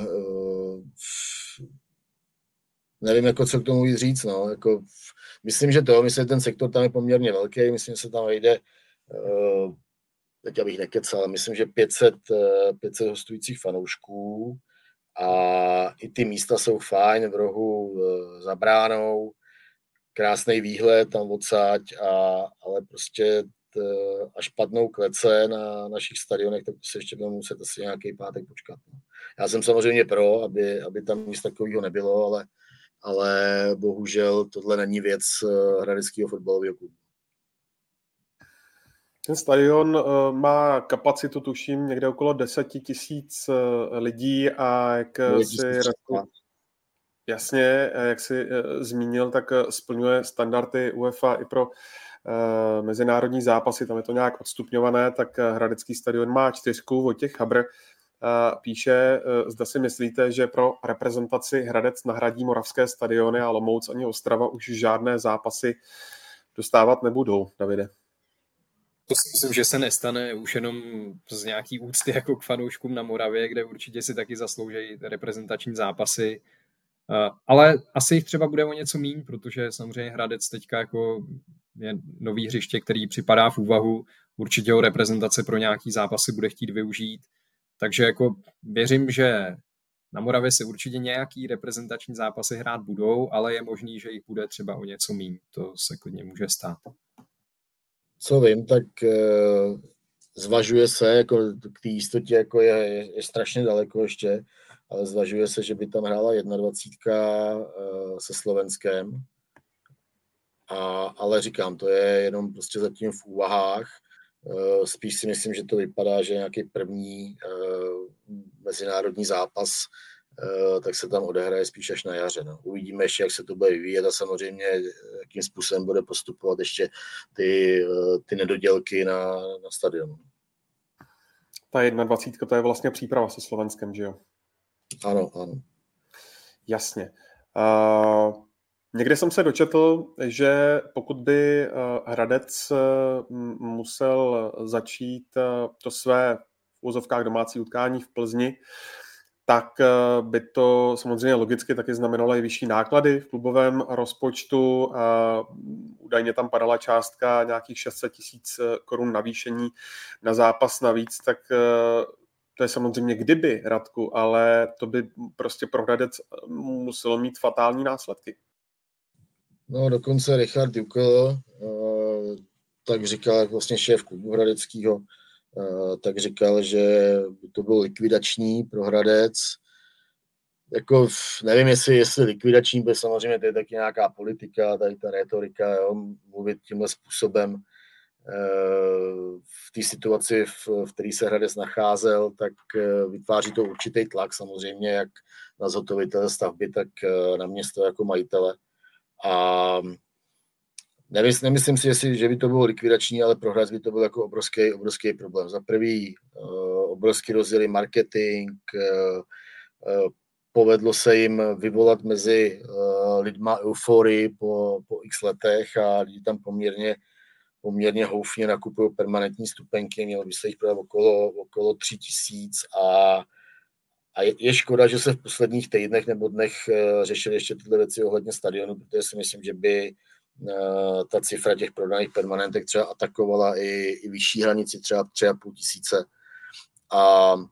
S5: nevím, jako co k tomu víc říct, no, jako myslím, že ten sektor tam je poměrně velký, myslím, že se tam vejde, teď abych nekecal, myslím, že 500 hostujících fanoušků a i ty místa jsou fajn, v rohu za bránou, krásný výhled tam odsáď, ale prostě až padnou klece na našich stadionech, tak se ještě budeme muset asi nějaký pátek počkat. No. Já jsem samozřejmě pro, aby tam nic takového nebylo, ale bohužel tohle není věc hradeckého fotbalového klubu.
S4: Ten stadion má kapacitu, tuším, někde okolo 10 000 lidí a jak si zmínil, tak splňuje standardy UEFA i pro mezinárodní zápasy, tam je to nějak odstupňované, tak hradecký stadion má 4, Vojtěch Habr píše, zda si myslíte, že pro reprezentaci Hradec nahradí moravské stadiony a Olomouc ani Ostrava už žádné zápasy dostávat nebudou, Davide?
S6: To si myslím, že se nestane už jenom z nějaký úcty jako k fanouškům na Moravě, kde určitě si taky zaslouží reprezentační zápasy. Ale asi jich třeba bude o něco míň, protože samozřejmě Hradec teďka jako je nový hřiště, který připadá v úvahu. Určitě ho reprezentace pro nějaký zápasy bude chtít využít. Takže jako věřím, že na Moravě se určitě nějaký reprezentační zápasy hrát budou, ale je možný, že jich bude třeba o něco míň. To se klidně může stát. Co
S5: vím, tak zvažuje se, jako k té jistotě jako je strašně daleko ještě, ale zvažuje se, že by tam hrála 21 se Slovenskem. Ale říkám, to je jenom prostě zatím v úvahách. Spíš si myslím, že to vypadá, že nějaký první mezinárodní zápas tak se tam odehraje spíš až na jaře. No. Uvidíme ještě, jak se to bude vyvíjet a samozřejmě, jakým způsobem bude postupovat ještě ty nedodělky na stadionu.
S4: Ta 21, to je vlastně příprava se Slovenskem, že jo?
S5: Ano.
S4: Jasně. Někde jsem se dočetl, že pokud by Hradec musel začít to své v úzovkách domácí utkání v Plzni, tak by to samozřejmě logicky taky znamenalo i vyšší náklady v klubovém rozpočtu. Údajně tam padala částka nějakých 600 000 korun navýšení na zápas navíc, tak to je samozřejmě kdyby, Radku, ale to by prostě pro Hradec muselo mít fatální následky.
S5: No, dokonce Richard Jukl, tak říkal, vlastně šéf klubu hradeckého, tak říkal, že by to bylo likvidační pro Hradec. Jako nevím, jestli likvidační, protože samozřejmě to je taky nějaká politika, tady ta retorika, jo, mluvit tímhle způsobem v té situaci, v které se Hradec nacházel, tak vytváří to určitý tlak samozřejmě, jak na zhotovitele stavby, tak na město jako majitele. A nemyslím si, že by to bylo likvidační, ale pro Hradec by to byl jako obrovský problém. Za prvý obrovský rozdělý marketing, povedlo se jim vyvolat mezi lidma euforii po x letech a lidi tam poměrně houfně nakupují permanentní stupenky, mělo by se jich prodat okolo 3 000 a je škoda, že se v posledních týdnech nebo dnech řešily ještě tyhle věci ohledně stadionu, protože si myslím, že by ta cifra těch prodaných permanentek třeba atakovala i vyšší hranici, třeba 3 500.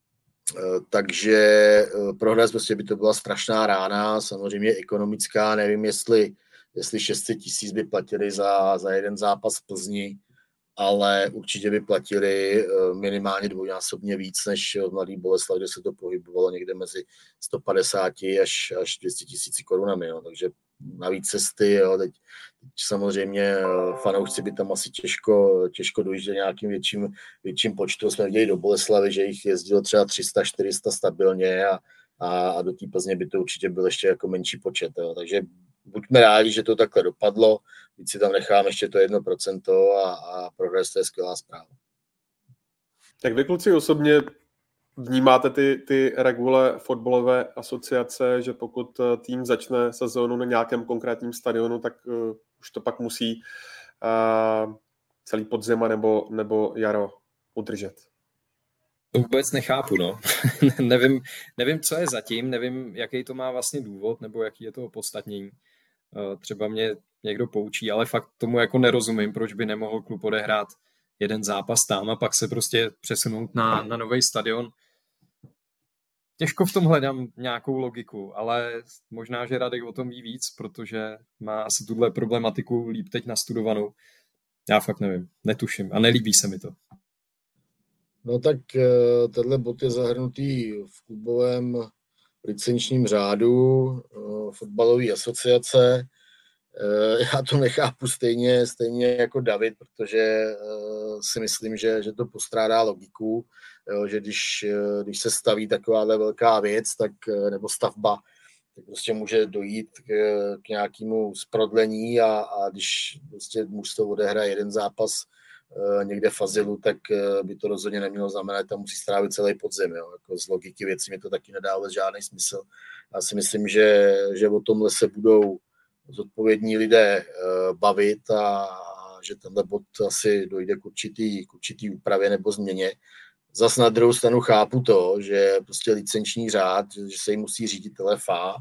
S5: Takže pro Hradec prostě by to byla strašná rána, samozřejmě ekonomická, nevím, jestli 600 000 by platili za jeden zápas v Plzni, ale určitě by platili minimálně dvojnásobně víc než v Mladé Boleslavi, kde se to pohybovalo někde mezi 150 až 200 000 korunami. Jo. Takže navíc cesty, jo, teď samozřejmě fanoušci by tam asi těžko dojížděli nějakým větším počtu. Jsme viděli do Boleslavy, že jich jezdilo třeba 300-400 stabilně a do té Plzně by to určitě byl ještě jako menší počet. Jo. Takže buďme rádi, že to takhle dopadlo, víc si tam necháme ještě to 1% a pro Hradec to je skvělá zpráva.
S4: Tak vy kluci osobně vnímáte ty regule fotbalové asociace, že pokud tým začne sezónu na nějakém konkrétním stadionu, tak už to pak musí celý podzim nebo jaro udržet?
S6: To vůbec nechápu, no. nevím, co je zatím, nevím, jaký to má vlastně důvod, nebo jaký je to opodstatnění. Třeba mě někdo poučí, ale fakt tomu jako nerozumím, proč by nemohl klub odehrát jeden zápas tam a pak se prostě přesunout na nový stadion. Těžko v tom hledám nějakou logiku, ale možná, že Radek o tom ví víc, protože má asi tuhle problematiku líp teď nastudovanou. Já fakt nevím, netuším a nelíbí se mi to.
S5: No tak tenhle bod je zahrnutý v klubovém licenčním řádu fotbalové asociace. Já to nechápu stejně jako David, protože si myslím, že to postrádá logiku, že když se staví takováhle velká věc, tak, nebo stavba, tak prostě může dojít k nějakému zprodlení a když prostě mužstvo odehraje jeden zápas někde v azylu, tak by to rozhodně nemělo znamenat, tam musí strávit celý podzim. Jo. Jako z logiky věcí mi to taky nedá vůbec žádný smysl. Já si myslím, že o tomhle se budou zodpovědní lidé bavit a že tenhle bod asi dojde k určitý úpravě nebo změně. Zas na druhou stranu chápu to, že prostě licenční řád, že se jim musí řídit LFA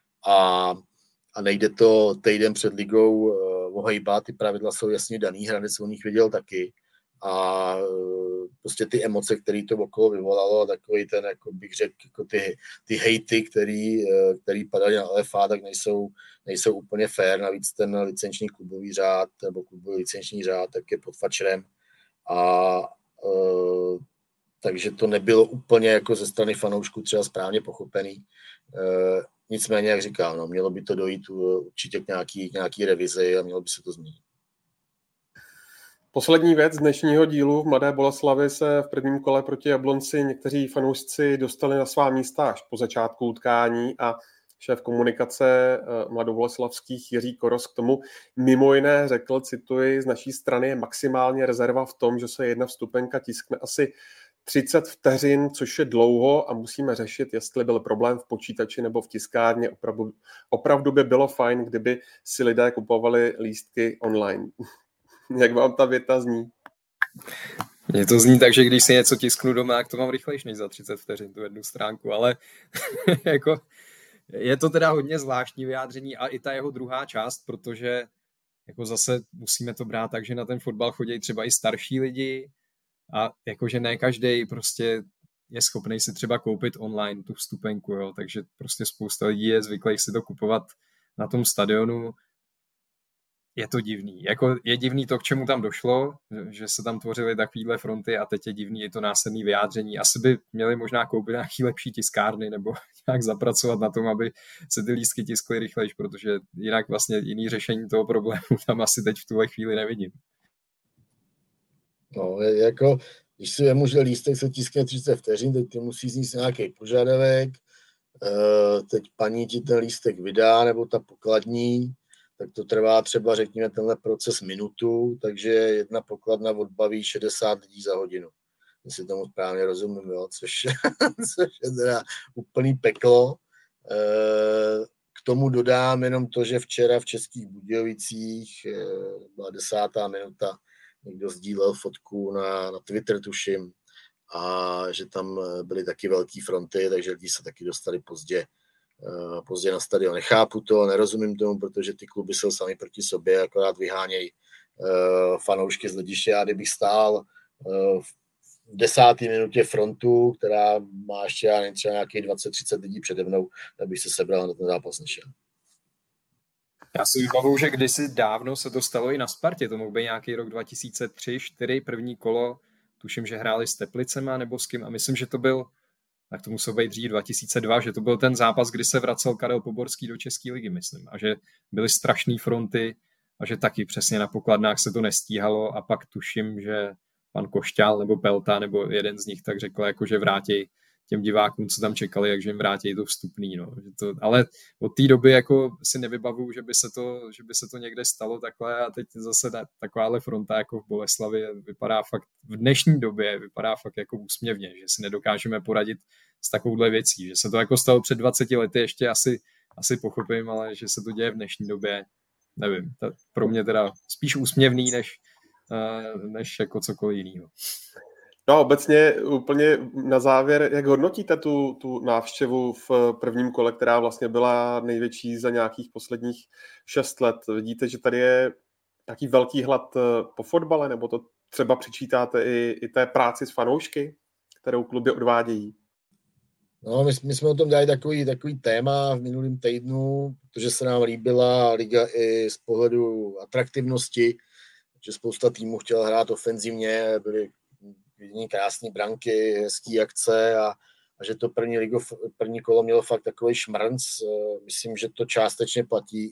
S5: a nejde to týden před ligou ohejbat, ty pravidla jsou jasně daný, Hradec o nich věděl taky a prostě ty emoce, které to okolo vyvolalo a takový ten, jako bych řekl, jako ty hejty, který padaly na LFA, tak nejsou úplně fair, navíc ten licenční klubový řád nebo klubový licenční řád tak je pod fačerem a takže to nebylo úplně jako ze strany fanoušků třeba správně pochopený. Nicméně, jak říkám, no, mělo by to dojít určitě k nějaký revizi a mělo by se to změnit.
S4: Poslední věc dnešního dílu v Mladé Boleslavi se v prvním kole proti Jablonci někteří fanoušci dostali na svá místa až po začátku utkání a šéf komunikace mladoboleslavských Jiří Koros k tomu mimo jiné řekl, cituji, z naší strany je maximálně rezerva v tom, že se jedna vstupenka tiskne asi 30 vteřin, což je dlouho a musíme řešit, jestli byl problém v počítači nebo v tiskárně. Opravdu by bylo fajn, kdyby si lidé kupovali lístky online. Jak vám ta věta zní?
S6: Mně to zní tak, že když si něco tisknu doma, tak to mám rychlejší než za 30 vteřin, tu jednu stránku, ale jako, je to teda hodně zvláštní vyjádření a i ta jeho druhá část, protože jako zase musíme to brát tak, že na ten fotbal chodí třeba i starší lidi a jakože ne každý prostě je schopný si třeba koupit online tu vstupenku, jo, takže prostě spousta lidí je zvyklých si to kupovat na tom stadionu. je to divný. Jako je divný to, k čemu tam došlo, že se tam tvořily takovýhle fronty a teď je divný i to následné vyjádření. Asi by měli možná koupit nějaký lepší tiskárny nebo nějak zapracovat na tom, aby se ty lístky tiskly rychlejš, protože jinak vlastně jiný řešení toho problému tam asi teď v tuhle chvíli nevidím.
S5: No, jako, když si vemu, že lístek se tiskne 30 vteřin, teď ty musí znít nějaký požadavek, teď paní ti ten lístek vydá, nebo ta pokladní, tak to trvá třeba, řekněme, tenhle proces minutu, takže jedna pokladna odbaví 60 lidí za hodinu. Jestli tomu správně rozumím, jo? Což je teda úplný peklo. K tomu dodám jenom to, že včera v Českých Budějovicích byla 10. minuta, někdo sdílel fotku na Twitter, tuším, a že tam byly taky velké fronty, takže lidi se taky dostali pozdě na stadion. Nechápu to, nerozumím tomu, protože ty kluby jsou sami proti sobě, akorát vyhánějí fanoušky z hlediště. Já kdybych stál v 10. minutě frontu, která má ještě třeba nějakých 20-30 lidí přede mnou, tak bych se sebral na ten zápas nešel.
S6: Já si vybavuju, že kdysi dávno se to stalo i na Spartě, to mohl být nějaký rok 2003-2004, první kolo, tuším, že hráli s Teplicema nebo s kým a myslím, že to byl, tak to muselo být dřív 2002, že to byl ten zápas, kdy se vracel Karel Poborský do České ligy, myslím, a že byly strašné fronty a že taky přesně na pokladnách se to nestíhalo a pak tuším, že pan Košťál nebo Pelta nebo jeden z nich tak řekl, jako, že vrátí těm divákům, co tam čekali, jakže jim vrátí to vstupný. No. Ale od té doby jako si nevybavuju, že by se to někde stalo takhle a teď zase takováhle fronta jako v Boleslavi vypadá fakt v dnešní době vypadá fakt jako úsměvně, že si nedokážeme poradit s takovouhle věcí. Že se to jako stalo před 20 lety ještě asi pochopím, ale že se to děje v dnešní době, nevím. To pro mě teda spíš úsměvný, než jako cokoliv jiného.
S4: No, obecně úplně na závěr, jak hodnotíte tu návštěvu v prvním kole, která vlastně byla největší za nějakých posledních 6 let? Vidíte, že tady je taký velký hlad po fotbale, nebo to třeba přičítáte i té práci s fanoušky, kterou kluby odvádějí?
S5: No, my jsme o tom dali takový téma v minulém týdnu, protože se nám líbila liga i z pohledu atraktivnosti, že spousta týmů chtěla hrát ofenzivně, byly vidění krásné branky, hezký akce a že to první kolo mělo fakt takový šmrnc. Myslím, že to částečně platí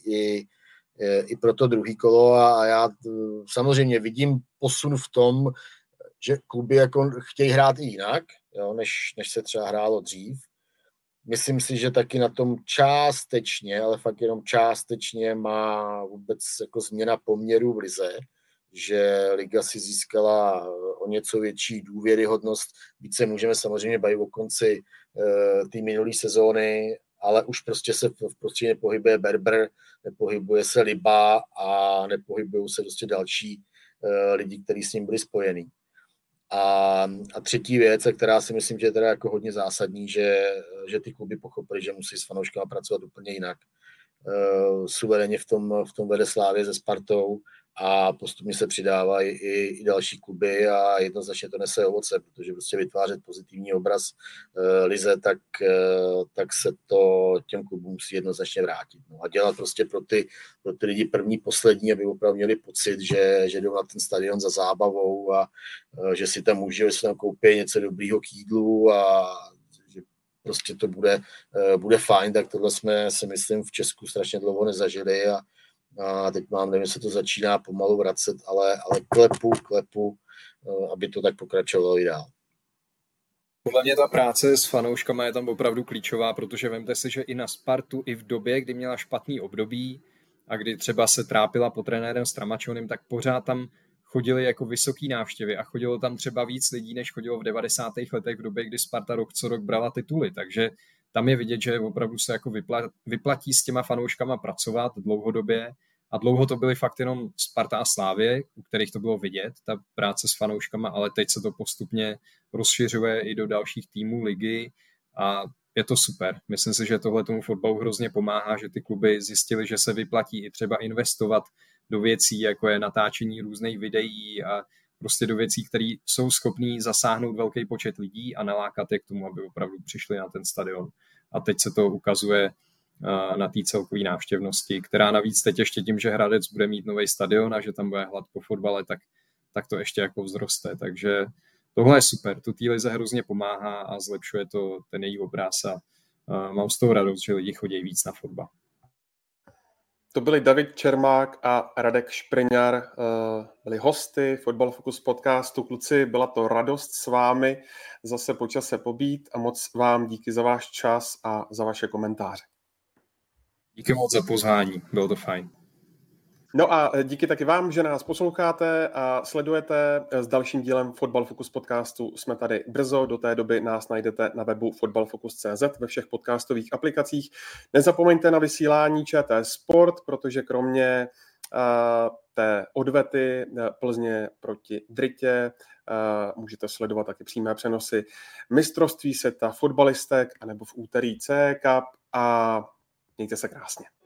S5: i pro to druhý kolo a já samozřejmě vidím posun v tom, že kluby jako chtějí hrát i jinak, jo, než se třeba hrálo dřív. Myslím si, že taky na tom částečně, ale fakt jenom částečně má vůbec jako změna poměrů v lize, že liga si získala o něco větší důvěryhodnost. Více můžeme samozřejmě bavit o konci té minulé sezóny, ale už prostě se v prostředí nepohybuje Berber, nepohybuje se Liba a nepohybují se prostě další lidi, kteří s ním byli spojení. A třetí věc, která si myslím, že je teda jako hodně zásadní, že ty kluby pochopili, že musí s fanouškama pracovat úplně jinak. Suverénně v tom vede Slávě se Spartou a postupně se přidávají i další kluby a jednoznačně to nese ovoce, protože prostě vytvářet pozitivní obraz lize, tak se to těm klubům musí jednoznačně vrátit. No a dělat prostě pro ty lidi první, poslední, aby opravdu měli pocit, že jdou na ten stadion za zábavou a že si tam můžou, že si tam koupí něco dobrýho k jídlu a že prostě to bude fajn, tak tohle jsme si myslím v Česku strašně dlouho nezažili a teď nevím, se to začíná pomalu vracet, ale klepu, aby to tak pokračovalo i dál.
S6: Podle mě ta práce s fanouškama je tam opravdu klíčová, protože vemte si, že i na Spartu, i v době, kdy měla špatný období a kdy třeba se trápila pod trenérem Stramačonem, tak pořád tam chodili jako vysoký návštěvy a chodilo tam třeba víc lidí, než chodilo v 90. letech v době, kdy Sparta rok co rok brala tituly, takže tam je vidět, že opravdu se jako vyplatí s těma fanouškama pracovat dlouhodobě a dlouho to byly fakt jenom Sparta a Slávě, u kterých to bylo vidět, ta práce s fanouškama, ale teď se to postupně rozšiřuje i do dalších týmů ligy a je to super. Myslím si, že tohle tomu fotbalu hrozně pomáhá, že ty kluby zjistili, že se vyplatí i třeba investovat do věcí, jako je natáčení různých videí a prostě do věcí, které jsou schopný zasáhnout velký počet lidí a nalákat je k tomu, aby opravdu přišli na ten stadion. A teď se to ukazuje na té celkové návštěvnosti, která navíc teď ještě tím, že Hradec bude mít nový stadion a že tam bude hlad po fotbale, tak to ještě jako vzroste. Takže tohle je super. To té lize hrozně pomáhá a zlepšuje to ten její obraz a mám z toho radost, že lidi chodí víc na fotbal.
S4: To byli David Čermák a Radek Špriňar, byli hosty Fotbal Focus podcastu. Kluci, byla to radost s vámi zase po čase pobít a moc vám díky za váš čas a za vaše komentáře.
S6: Díky moc za pozvání, bylo to fajn.
S4: No a díky taky vám, že nás posloucháte a sledujete. S dalším dílem Fotbal Focus podcastu jsme tady brzo. Do té doby nás najdete na webu fotbalfocus.cz ve všech podcastových aplikacích. Nezapomeňte na vysílání ČT Sport, protože kromě té odvety Plzně proti Dritě můžete sledovat taky přímé přenosy mistrovství světa fotbalistek anebo v úterý C Cup a mějte se krásně.